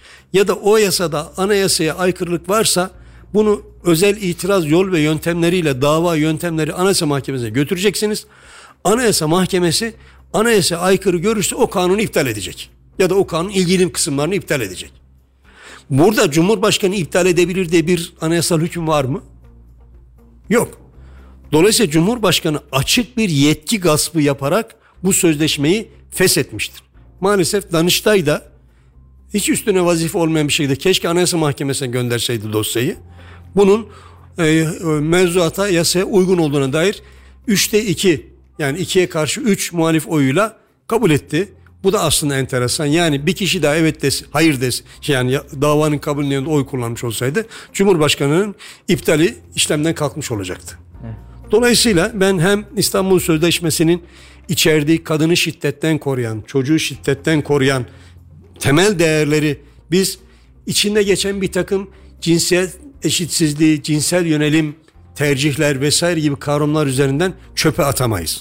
ya da o yasada anayasaya aykırılık varsa bunu özel itiraz yol ve yöntemleriyle dava yöntemleri Anayasa Mahkemesi'ne götüreceksiniz. Anayasa Mahkemesi anayasaya aykırı görürse o kanunu iptal edecek. Ya da o kanunun ilgili kısımlarını iptal edecek. Burada Cumhurbaşkanı iptal edebilir diye bir anayasal hüküm var mı? Yok. Dolayısıyla Cumhurbaşkanı açık bir yetki gaspı yaparak bu sözleşmeyi feshetmiştir. Maalesef Danıştay da hiç üstüne vazife olmayan bir şekilde keşke Anayasa Mahkemesi'ne gönderseydi dosyayı. Bunun e, mevzuata, yasaya uygun olduğuna dair üçte iki, yani ikiye karşı üç muhalif oyuyla kabul etti. Bu da aslında enteresan. Yani bir kişi daha evet desin, hayır desin. Yani davanın kabulünün yanında oy kullanmış olsaydı Cumhurbaşkanı'nın iptali işlemden kalkmış olacaktı. Evet. Dolayısıyla ben hem İstanbul Sözleşmesi'nin içerdiği kadını şiddetten koruyan, çocuğu şiddetten koruyan temel değerleri biz içinde geçen bir takım cinsiyet eşitsizliği, cinsel yönelim, tercihler vesaire gibi kavramlar üzerinden çöpe atamayız.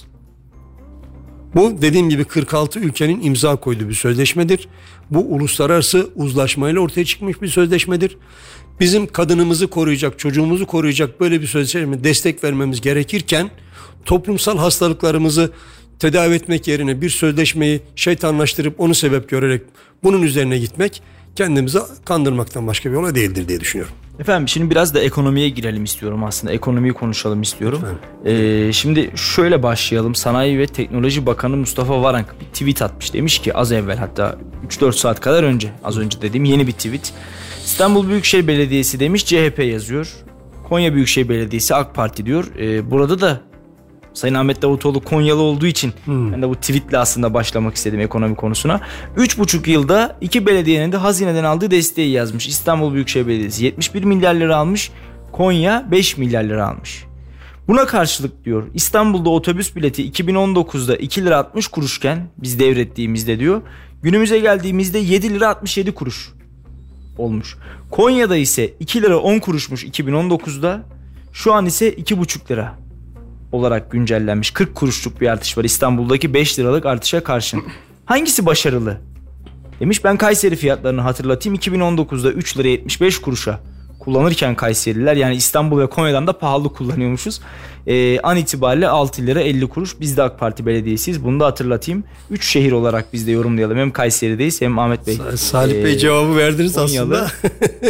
Bu dediğim gibi kırk altı ülkenin imza koyduğu bir sözleşmedir. Bu uluslararası uzlaşmayla ortaya çıkmış bir sözleşmedir. Bizim kadınımızı koruyacak, çocuğumuzu koruyacak böyle bir sözleşmeye destek vermemiz gerekirken toplumsal hastalıklarımızı tedavi etmek yerine bir sözleşmeyi şeytanlaştırıp onu sebep görerek bunun üzerine gitmek kendimizi kandırmaktan başka bir yola değildir diye düşünüyorum. Efendim şimdi biraz da ekonomiye girelim istiyorum aslında. Ekonomiyi konuşalım istiyorum. Ee, şimdi şöyle başlayalım. Sanayi ve Teknoloji Bakanı Mustafa Varank bir tweet atmış. Demiş ki az evvel, hatta üç dört saat kadar önce, az önce dediğim yeni bir tweet. İstanbul Büyükşehir Belediyesi demiş, C H P yazıyor. Konya Büyükşehir Belediyesi AK Parti diyor. Ee, burada da Sayın Ahmet Davutoğlu Konyalı olduğu için hmm. ben de bu tweetle aslında başlamak istedim ekonomi konusuna. üç buçuk yılda iki belediyenin de hazineden aldığı desteği yazmış. İstanbul Büyükşehir Belediyesi yetmiş bir milyar lira almış. Konya beş milyar lira almış. Buna karşılık diyor İstanbul'da otobüs bileti iki bin on dokuzda iki lira altmış kuruşken biz devrettiğimizde diyor günümüze geldiğimizde yedi lira altmış yedi kuruş olmuş. Konya'da ise iki lira on kuruşmuş iki bin on dokuzda, şu an ise iki buçuk lira olarak güncellenmiş. kırk kuruşluk bir artış var İstanbul'daki beş liralık artışa karşın. Hangisi başarılı? Demiş, ben Kayseri fiyatlarını hatırlatayım. iki bin on dokuzda üç lira yetmiş beş kuruşa kullanırken Kayseriler, yani İstanbul ve Konya'dan da pahalı kullanıyormuşuz. Ee, an itibariyle altı lira elli kuruş. Biz de AK Parti belediyesiyiz. Bunu da hatırlatayım. üç şehir olarak biz de yorumlayalım. Hem Kayseri'deyiz hem Ahmet Bey. Salih Bey ee, cevabı verdiniz Konyalı. Aslında.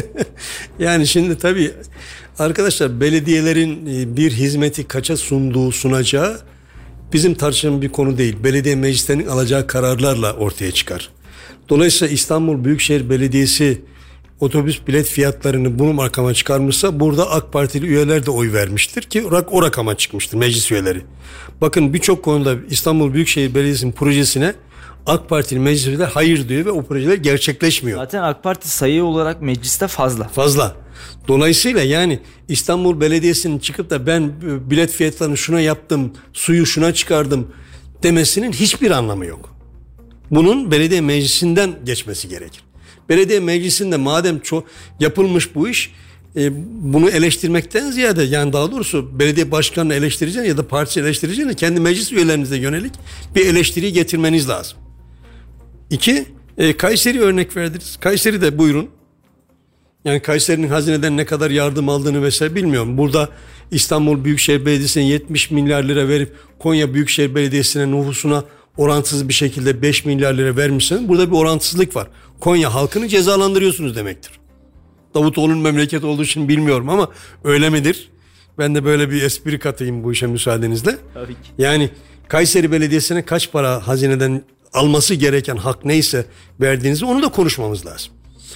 Yani şimdi tabii arkadaşlar, belediyelerin bir hizmeti kaça sunduğu, sunacağı bizim tartıştığımız bir konu değil. Belediye meclislerinin alacağı kararlarla ortaya çıkar. Dolayısıyla İstanbul Büyükşehir Belediyesi otobüs bilet fiyatlarını bu rakama çıkarmışsa burada AK Partili üyeler de oy vermiştir ki o rakama çıkmıştır meclis üyeleri. Bakın birçok konuda İstanbul Büyükşehir Belediyesi'nin projesine AK Partili meclis üyeleri hayır diyor ve o projeler gerçekleşmiyor. Zaten AK Parti sayı olarak mecliste fazla. Fazla. Dolayısıyla yani İstanbul Belediyesi'nin çıkıp da ben bilet fiyatlarını şuna yaptım, suyu şuna çıkardım demesinin hiçbir anlamı yok. Bunun belediye meclisinden geçmesi gerekir. Belediye meclisinde madem çok yapılmış bu iş, e, bunu eleştirmekten ziyade, yani daha doğrusu belediye başkanını eleştireceğine ya da partisi eleştireceğine kendi meclis üyelerinize yönelik bir eleştiriyi getirmeniz lazım. İki, e, Kayseri örnek verdiniz. Kayseri de buyurun. Yani Kayseri'nin hazineden ne kadar yardım aldığını vesaire bilmiyorum. Burada İstanbul Büyükşehir Belediyesi'ne yetmiş milyar lira verip Konya Büyükşehir Belediyesi'ne nüfusuna orantısız bir şekilde beş milyar lira vermişseniz burada bir orantısızlık var. Konya halkını cezalandırıyorsunuz demektir. Davutoğlu'nun memleket olduğu için bilmiyorum ama öyle midir? Ben de böyle bir espri katayım bu işe müsaadenizle. Tabii ki. Yani Kayseri Belediyesi'ne kaç para hazineden alması gereken hak neyse verdiğinizi onu da konuşmamız lazım.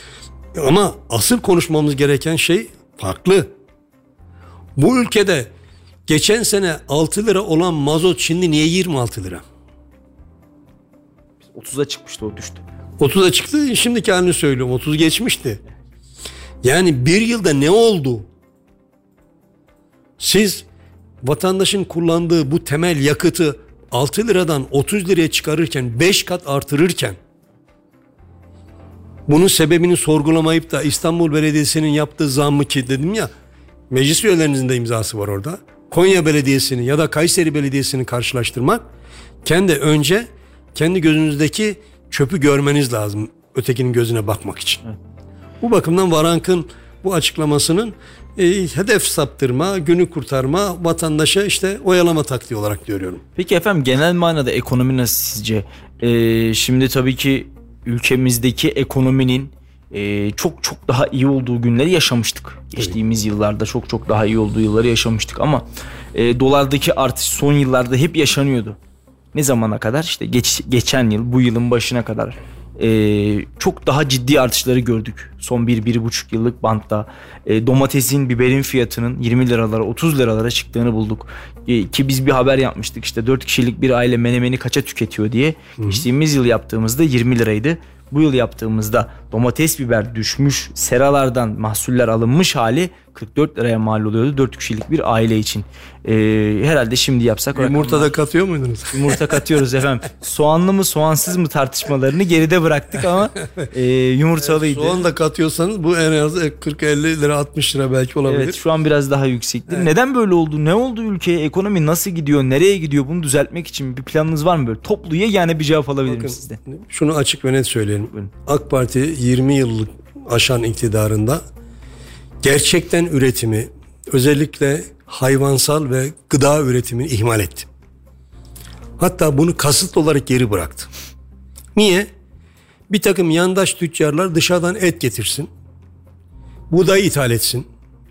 Ama asıl konuşmamız gereken şey farklı. Bu ülkede geçen sene altı lira olan mazot şimdi niye yirmi altı lira? otuza çıkmıştı, o düştü. otuza çıktı, şimdiki halini söylüyorum, otuz geçmişti. Yani bir yılda ne oldu? Siz vatandaşın kullandığı bu temel yakıtı altı liradan otuz liraya çıkarırken, beş kat artırırken, bunun sebebini sorgulamayıp da İstanbul Belediyesi'nin yaptığı zammı, ki dedim ya meclis üyelerinizin de imzası var orada, Konya Belediyesi'ni ya da Kayseri Belediyesi'ni karşılaştırmak, kendi önce kendi gözünüzdeki çöpü görmeniz lazım ötekinin gözüne bakmak için. Bu bakımdan Varank'ın bu açıklamasının e, hedef saptırma, günü kurtarma, vatandaşa işte oyalama taktiği olarak görüyorum. Peki efendim, genel manada ekonomi nasıl sizce? Ee, şimdi tabii ki ülkemizdeki ekonominin e, çok çok daha iyi olduğu günleri yaşamıştık. Geçtiğimiz yıllarda çok çok daha iyi olduğu yılları yaşamıştık ama e, dolardaki artış son yıllarda hep yaşanıyordu. Ne zamana kadar? İşte geç, geçen yıl, bu yılın başına kadar e, çok daha ciddi artışları gördük. Son bir, bir buçuk yıllık bantta e, domatesin, biberin fiyatının yirmi liralara, otuz liralara çıktığını bulduk. E, ki biz bir haber yapmıştık, işte dört kişilik bir aile menemeni kaça tüketiyor diye. Hı. Geçtiğimiz yıl yaptığımızda yirmi liraydı. Bu yıl yaptığımızda domates, biber düşmüş, seralardan mahsuller alınmış hali kırk dört liraya mal oluyordu dört kişilik bir aile için. Ee, herhalde şimdi yapsak... Yumurta rakamlar... da katıyor muydunuz? Yumurta katıyoruz efendim. Soğanlı mı soğansız mı tartışmalarını geride bıraktık ama e, yumurtalıydı. Evet, soğan da katıyorsanız bu en az kırk elli lira altmış lira belki olabilir. Evet, şu an biraz daha yüksektir. Evet. Neden böyle oldu? Ne oldu ülkeye? Ekonomi nasıl gidiyor? Nereye gidiyor? Bunu düzeltmek için bir planınız var mı böyle? Toplu yegane bir cevap alabilirim Bakın, sizden. Şunu açık ve net söyleyelim. Buyurun. AK Parti yirmi yıllık aşan iktidarında gerçekten üretimi, özellikle hayvansal ve gıda üretimini ihmal etti. Hatta bunu kasıtlı olarak geri bıraktı. Niye? Bir takım yandaş tüccarlar dışarıdan et getirsin, buğday ithal etsin.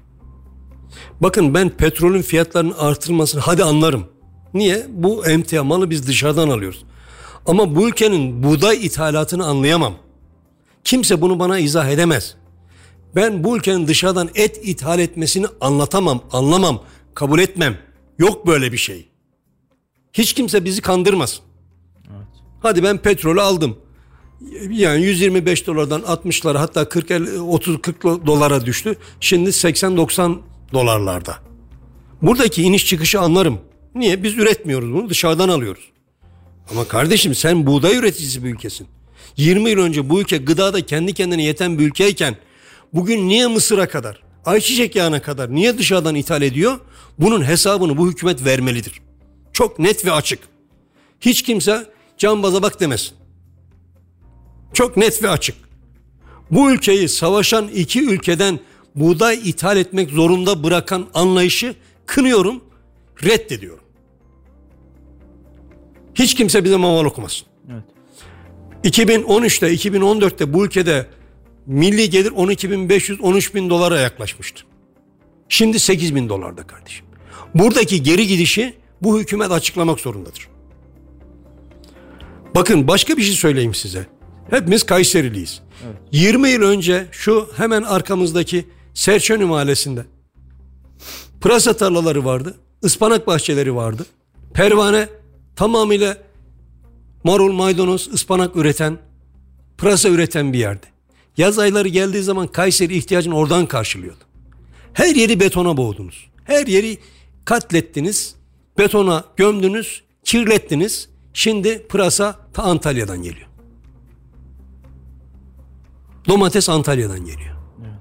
Bakın, ben petrolün fiyatlarının artırılmasını hadi anlarım. Niye? Bu emtia malı biz dışarıdan alıyoruz. Ama bu ülkenin buğday ithalatını anlayamam. Kimse bunu bana izah edemez. Ben bu ülkenin dışarıdan et ithal etmesini anlatamam, anlamam, kabul etmem. Yok böyle bir şey. Hiç kimse bizi kandırmasın. Evet. Hadi ben petrolü aldım. Yani yüz yirmi beş dolardan altmışlara, hatta kırk otuz kırk dolara düştü. Şimdi seksen doksan dolarlarda. Buradaki iniş çıkışı anlarım. Niye? Biz üretmiyoruz bunu, dışarıdan alıyoruz. Ama kardeşim, sen buğday üreticisi bir ülkesin. yirmi yıl önce bu ülke gıdada kendi kendine yeten bir ülkeyken bugün niye mısıra kadar, ayçiçek yağına kadar niye dışarıdan ithal ediyor? Bunun hesabını bu hükümet vermelidir. Çok net ve açık. Hiç kimse cambaza bak demesin. Çok net ve açık. Bu ülkeyi savaşan iki ülkeden buğday ithal etmek zorunda bırakan anlayışı kınıyorum, reddediyorum. Hiç kimse bize maval okumasın. Evet. iki bin on üçte, iki bin on dörtte bu ülkede milli gelir on iki bin beş yüz on üç bin dolara yaklaşmıştı. Şimdi sekiz bin dolarda kardeşim. Buradaki geri gidişi bu hükümet açıklamak zorundadır. Bakın, başka bir şey söyleyeyim size. Hepimiz Kayseriliyiz. Evet. yirmi yıl önce şu hemen arkamızdaki Serçönü Mahallesi'nde pırasa tarlaları vardı. Ispanak bahçeleri vardı. Pervane tamamıyla marul, maydanoz, ıspanak üreten, pırasa üreten bir yerdi. Yaz ayları geldiği zaman Kayseri ihtiyacını oradan karşılıyordu. Her yeri betona boğdunuz. Her yeri katlettiniz, betona gömdünüz, kirlettiniz. Şimdi pırasa ta Antalya'dan geliyor. Domates Antalya'dan geliyor. Evet.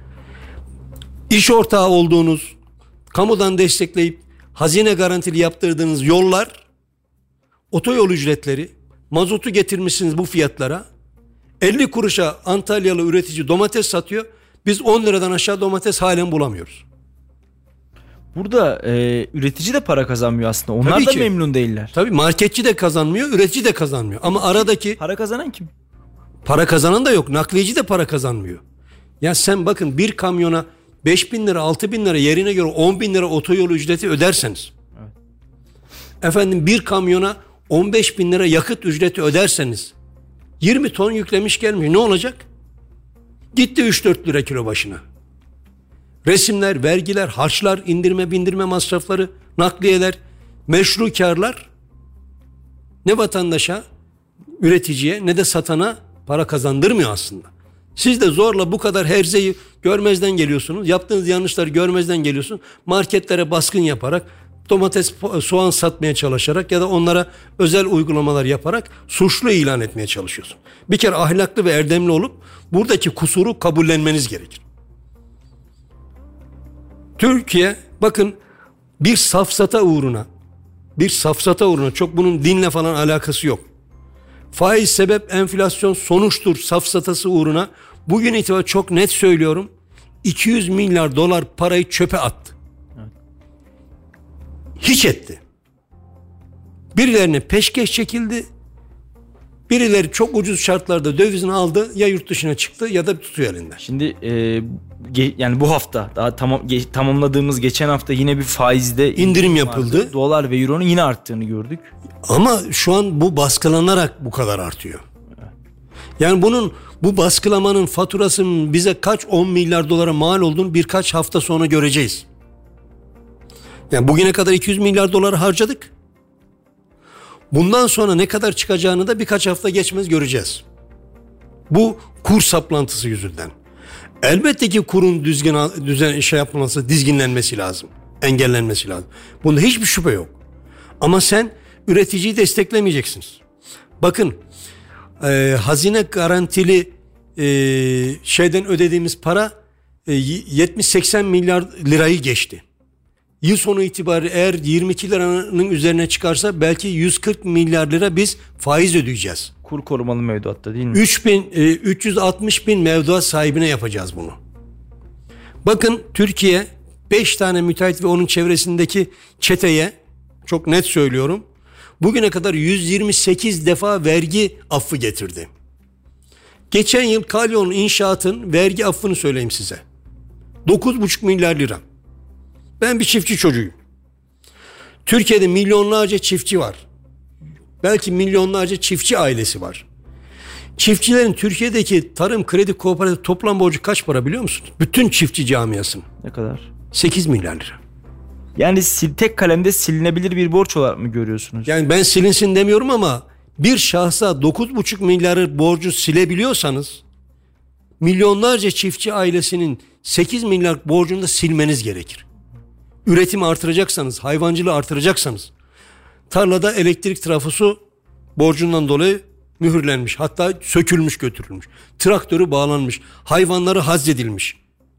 İş ortağı olduğunuz, kamudan destekleyip hazine garantili yaptırdığınız yollar, otoyol ücretleri, mazotu getirmişsiniz bu fiyatlara. elli kuruşa Antalyalı üretici domates satıyor. Biz on liradan aşağı domates halen bulamıyoruz. Burada e, üretici de para kazanmıyor aslında. Onlar Tabii da ki. memnun değiller. Tabii, marketçi de kazanmıyor, üretici de kazanmıyor. Ama aradaki... Para kazanan kim? Para kazanan da yok. Nakliyeci de para kazanmıyor. Ya sen bakın, bir kamyona beş bin lira, altı bin lira, yerine göre on bin lira otoyol ücreti öderseniz. Evet. Efendim, bir kamyona on beş bin lira yakıt ücreti öderseniz, yirmi ton yüklemiş gelmiş, ne olacak? Gitti üç dört lira kilo başına. Resimler, vergiler, harçlar, indirme bindirme masrafları, nakliyeler, meşru karlar ne vatandaşa, üreticiye ne de satana para kazandırmıyor aslında. Siz de zorla bu kadar herzeyi görmezden geliyorsunuz. Yaptığınız yanlışları görmezden geliyorsunuz. Marketlere baskın yaparak, domates, soğan satmaya çalışarak ya da onlara özel uygulamalar yaparak suçlu ilan etmeye çalışıyorsun. Bir kere ahlaklı ve erdemli olup buradaki kusuru kabullenmeniz gerekir. Türkiye, bakın, bir safsata uğruna, bir safsata uğruna, çok bunun dinle falan alakası yok. Faiz sebep, enflasyon sonuçtur safsatası uğruna bugün itibariyle çok net söylüyorum, iki yüz milyar dolar parayı çöpe attı. Evet. Hiç etti. Birilerine peşkeş çekildi. Birileri çok ucuz şartlarda dövizini aldı, ya yurt dışına çıktı ya da tutuyor elinden. Şimdi e, ge, yani bu hafta daha tamam ge, tamamladığımız geçen hafta yine bir faizde indirim, indirim yapıldı. Vardı. Dolar ve euronun yine arttığını gördük. Ama şu an bu baskılanarak bu kadar artıyor. Yani bunun bu baskılamanın faturasının bize kaç on milyar dolara mal olduğunu birkaç hafta sonra göreceğiz. Yani bugüne kadar iki yüz milyar dolar harcadık. Bundan sonra ne kadar çıkacağını da birkaç hafta geçmez göreceğiz. Bu kur saplantısı yüzünden. Elbette ki kurun düzgün düzen şey yapılması, dizginlenmesi lazım. Engellenmesi lazım. Bunda hiçbir şüphe yok. Ama sen üreticiyi desteklemeyeceksiniz. Bakın e, hazine garantili e, şeyden ödediğimiz para e, yetmiş seksen milyar lirayı geçti. Yıl sonu itibariyle eğer yirmi iki liranın üzerine çıkarsa belki yüz kırk milyar lira biz faiz ödeyeceğiz. Kur korumalı mevduatta değil mi? üç bin, üç yüz altmış bin mevduat sahibine yapacağız bunu. Bakın Türkiye beş tane müteahhit ve onun çevresindeki çeteye, çok net söylüyorum, bugüne kadar yüz yirmi sekiz defa vergi affı getirdi. Geçen yıl Kalyon İnşaat'ın vergi affını söyleyeyim size. dokuz buçuk milyar lira. Ben bir çiftçi çocuğuyum. Türkiye'de milyonlarca çiftçi var. Belki milyonlarca çiftçi ailesi var. Çiftçilerin Türkiye'deki tarım kredi kooperatif toplam borcu kaç para biliyor musunuz? Bütün çiftçi camiasının. Ne kadar? sekiz milyar lira. Yani sil, tek kalemde silinebilir bir borç olarak mı görüyorsunuz? Yani ben silinsin demiyorum ama bir şahsa dokuz buçuk milyarı borcu silebiliyorsanız milyonlarca çiftçi ailesinin sekiz milyar borcunu da silmeniz gerekir. Üretimi artıracaksanız, hayvancılığı artıracaksanız, tarlada elektrik trafosu borcundan dolayı mühürlenmiş, hatta sökülmüş götürülmüş, traktörü bağlanmış, hayvanları haczedilmiş.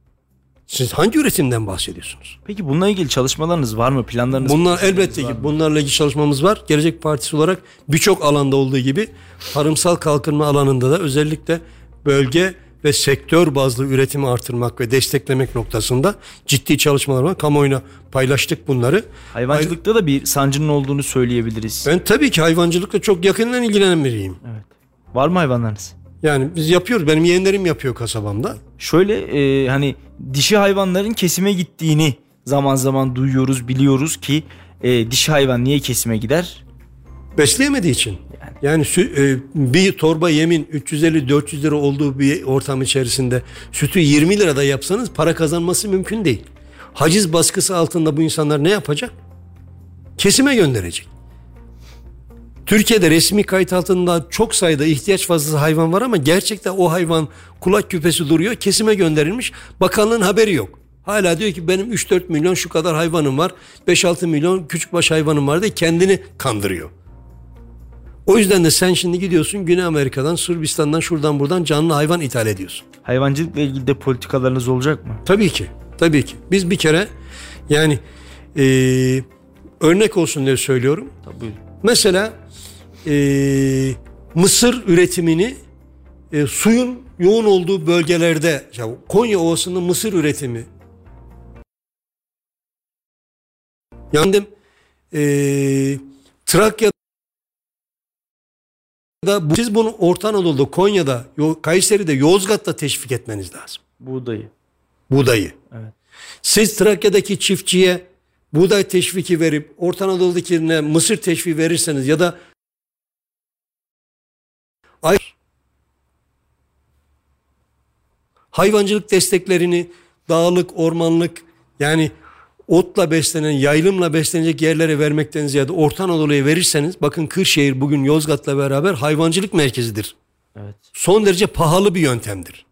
Siz hangi üretimden bahsediyorsunuz? Peki bununla ilgili çalışmalarınız var mı? Planlarınız Bunlar elbette ki bunlarla ilgili çalışmamız var. Gelecek Partisi olarak birçok alanda olduğu gibi tarımsal kalkınma alanında da özellikle bölge ve sektör bazlı üretimi artırmak ve desteklemek noktasında ciddi çalışmalar var. Kamuoyuna paylaştık bunları. Hayvancılıkta da bir sancının olduğunu söyleyebiliriz. Ben tabii ki hayvancılıkla çok yakından ilgilenen biriyim. Evet. Var mı hayvanlarınız? Yani biz yapıyoruz. Benim yeğenlerim yapıyor kasabamda. Şöyle e, hani dişi hayvanların kesime gittiğini zaman zaman duyuyoruz, biliyoruz ki e, dişi hayvan niye kesime gider? Besleyemediği için. Yani, yani e, bir torba yemin üç yüz elli dört yüz lira olduğu bir ortam içerisinde sütü yirmi lirada yapsanız para kazanması mümkün değil. Haciz baskısı altında bu insanlar ne yapacak? Kesime gönderecek. Türkiye'de resmi kayıt altında çok sayıda ihtiyaç fazlası hayvan var ama gerçekten o hayvan kulak küpesi duruyor, kesime gönderilmiş. Bakanlığın haberi yok. Hala diyor ki benim üç dört milyon şu kadar hayvanım var, beş altı milyon küçükbaş hayvanım var diye kendini kandırıyor. O yüzden de sen şimdi gidiyorsun Güney Amerika'dan, Sırbistan'dan, şuradan buradan canlı hayvan ithal ediyorsun. Hayvancılıkla ilgili de politikalarınız olacak mı? Tabii ki. Tabii ki. Biz bir kere yani e, örnek olsun diye söylüyorum. Tabii. Mesela e, mısır üretimini e, suyun yoğun olduğu bölgelerde, ya Konya Ovası'nda mısır üretimi. Yani e, Trakya'da da, siz bunu Orta Anadolu'da, Konya'da, Kayseri'de, Yozgat'ta teşvik etmeniz lazım. Buğdayı. Buğdayı. Evet. Siz Trakya'daki çiftçiye buğday teşviki verip Orta Anadolu'dakine mısır teşviki verirseniz ya da ay hayvancılık desteklerini dağlık, ormanlık, yani otla beslenen, yaylımla beslenecek yerlere vermekten ziyade Orta Anadolu'ya verirseniz, bakın Kırşehir bugün Yozgat'la beraber hayvancılık merkezidir. Evet. Son derece pahalı bir yöntemdir.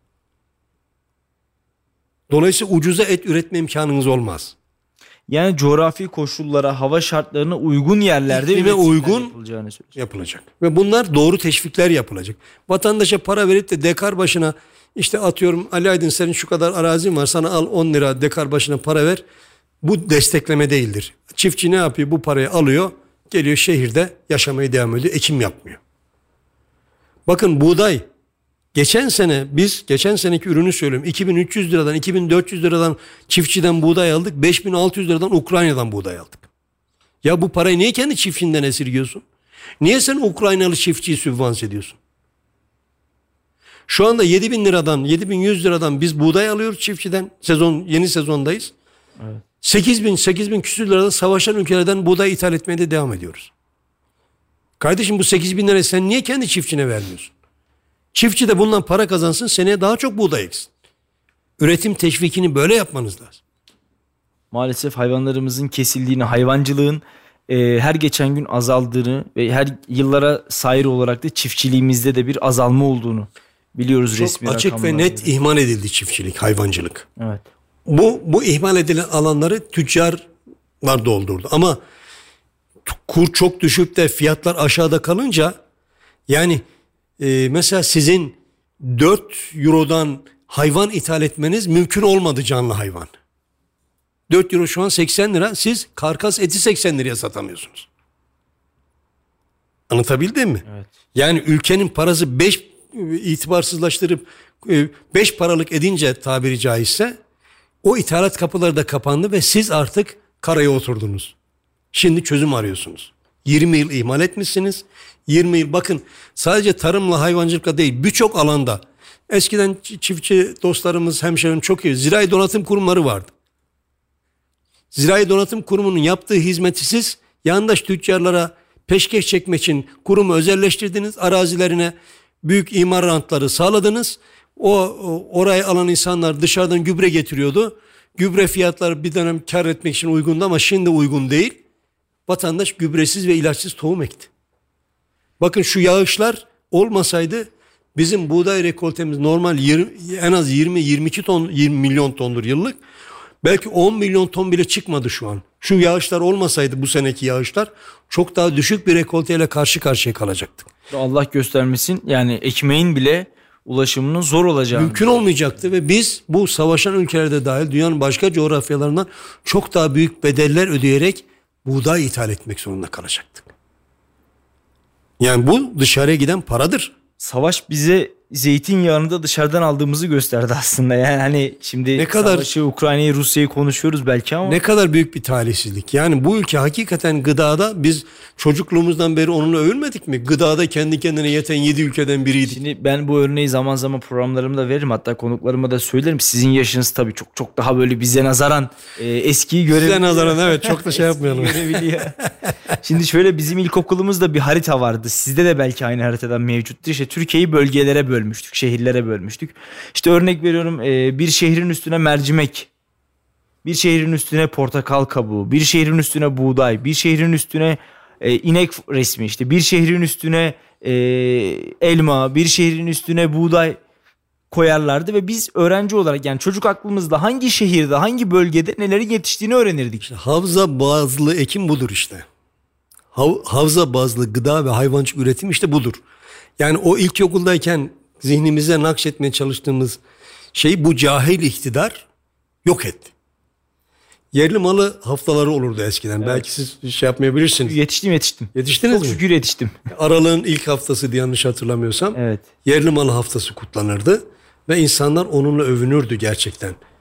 Dolayısıyla ucuza et üretme imkanınız olmaz. Yani coğrafi koşullara, hava şartlarına uygun yerlerde ve uygun yapılacağını yapılacak. Ve bunlar doğru teşvikler yapılacak. Vatandaşa para verip de dekar başına, işte atıyorum Ali Aydın senin şu kadar arazin var, sana al on lira dekar başına para ver. Bu destekleme değildir. Çiftçi ne yapıyor? Bu parayı alıyor, geliyor şehirde yaşamaya devam ediyor, ekim yapmıyor. Bakın buğday. Geçen sene biz geçen seneki ürünü söylüyorum. iki bin üç yüz liradan iki bin dört yüz liradan çiftçiden buğday aldık. beş bin altı yüz liradan Ukrayna'dan buğday aldık. Ya bu parayı niye kendi çiftçinden esirgiyorsun? Niye sen Ukraynalı çiftçiyi sübvanse ediyorsun? Şu anda yedi bin liradan yedi bin yüz liradan biz buğday alıyoruz çiftçiden. Sezon yeni sezondayız. Evet. sekiz bin sekiz bin küsür liradan savaşan ülkelerden buğday ithal etmeye de devam ediyoruz. Kardeşim bu sekiz bin lirayı sen niye kendi çiftçine vermiyorsun? Çiftçi de bundan para kazansın, seneye daha çok buğday eksin. Üretim teşvikini böyle yapmanız lazım. Maalesef hayvanlarımızın kesildiğini, hayvancılığın e, her geçen gün azaldığını ve her yıllara sayır olarak da çiftçiliğimizde de bir azalma olduğunu biliyoruz çok resmi rakamlarla. Çok açık ve net göre ihmal edildi çiftçilik, hayvancılık. Evet. Bu bu ihmal edilen alanları tüccarlar doldurdu. Ama kur çok düşüp de fiyatlar aşağıda kalınca yani e, mesela sizin dört eurodan hayvan ithal etmeniz mümkün olmadı, canlı hayvan. dört euro şu an seksen lira. Siz karkas eti seksen liraya satamıyorsunuz. Anlatabildim mi? Evet. Yani ülkenin parası beş itibarsızlaştırıp beş paralık edince tabiri caizse o ithalat kapıları da kapandı ve siz artık karaya oturdunuz. Şimdi çözüm arıyorsunuz. yirmi yıl ihmal etmişsiniz. yirmi yıl bakın sadece tarımla hayvancılıkla değil birçok alanda. Eskiden çiftçi dostlarımız, hemşehrilerim çok iyi. Zirai donatım kurumları vardı. Zirai Donatım Kurumu'nun yaptığı hizmeti siz yandaş tüccarlara peşkeş çekmek için kurumu özelleştirdiniz. Arazilerine büyük imar rantları sağladınız. O, o orayı alan insanlar dışarıdan gübre getiriyordu. Gübre fiyatları bir dönem kar etmek için uygundu ama şimdi uygun değil. Vatandaş gübresiz ve ilaçsız tohum ekti. Bakın şu yağışlar olmasaydı bizim buğday rekoltemiz normal yirmi, en az yirmi yirmi iki ton yirmi milyon tondur yıllık. Belki on milyon ton bile çıkmadı şu an. Şu yağışlar olmasaydı, bu seneki yağışlar, çok daha düşük bir rekolteyle karşı karşıya kalacaktık. Allah göstermesin, yani ekmeğin bile ulaşımının zor olacağı. Mümkün olmayacaktı ve biz bu savaşan ülkelerde dahil dünyanın başka coğrafyalarından çok daha büyük bedeller ödeyerek buğday ithal etmek zorunda kalacaktık. Yani bu dışarıya giden paradır. Savaş bize zeytinyağını da dışarıdan aldığımızı gösterdi aslında. Yani hani şimdi ne kadar, savaşı, Ukrayna'yı, Rusya'yı konuşuyoruz belki ama. Ne kadar büyük bir talihsizlik. Yani bu ülke hakikaten gıdada biz çocukluğumuzdan beri onunla övülmedik mi? Gıdada kendi kendine yeten yedi ülkeden biriydik. Şimdi ben bu örneği zaman zaman programlarımda veririm. Hatta konuklarıma da söylerim. Sizin yaşınız tabii çok çok daha böyle bize nazaran e, eskiyi görebiliyor. Bize nazaran evet, çok da şey yapmayalım. Şimdi şöyle, bizim ilkokulumuzda bir harita vardı. Sizde de belki aynı haritadan mevcuttu. İşte Türkiye'yi bölgelere bölmüştük. Şehirlere bölmüştük. İşte örnek veriyorum, bir şehrin üstüne mercimek, bir şehrin üstüne portakal kabuğu, bir şehrin üstüne buğday, bir şehrin üstüne inek resmi, işte bir şehrin üstüne elma, bir şehrin üstüne buğday koyarlardı ve biz öğrenci olarak, yani çocuk aklımızda hangi şehirde, hangi bölgede nelerin yetiştiğini öğrenirdik. İşte havza bazlı ekim budur işte. Hav- havza bazlı gıda ve hayvancılık üretim işte budur. Yani o ilkokuldayken zihnimize nakşetmeye çalıştığımız şey bu cahil iktidar yok etti. Yerli malı haftaları olurdu eskiden. Evet. Belki siz şey yapmayabilirsiniz. Yetiştim yetiştim. Yetiştiniz Çok mi? Çok şükür yetiştim. Aralığın ilk haftası diye yanlış hatırlamıyorsam. Evet. Yerli malı haftası kutlanırdı. Ve insanlar onunla övünürdü gerçekten.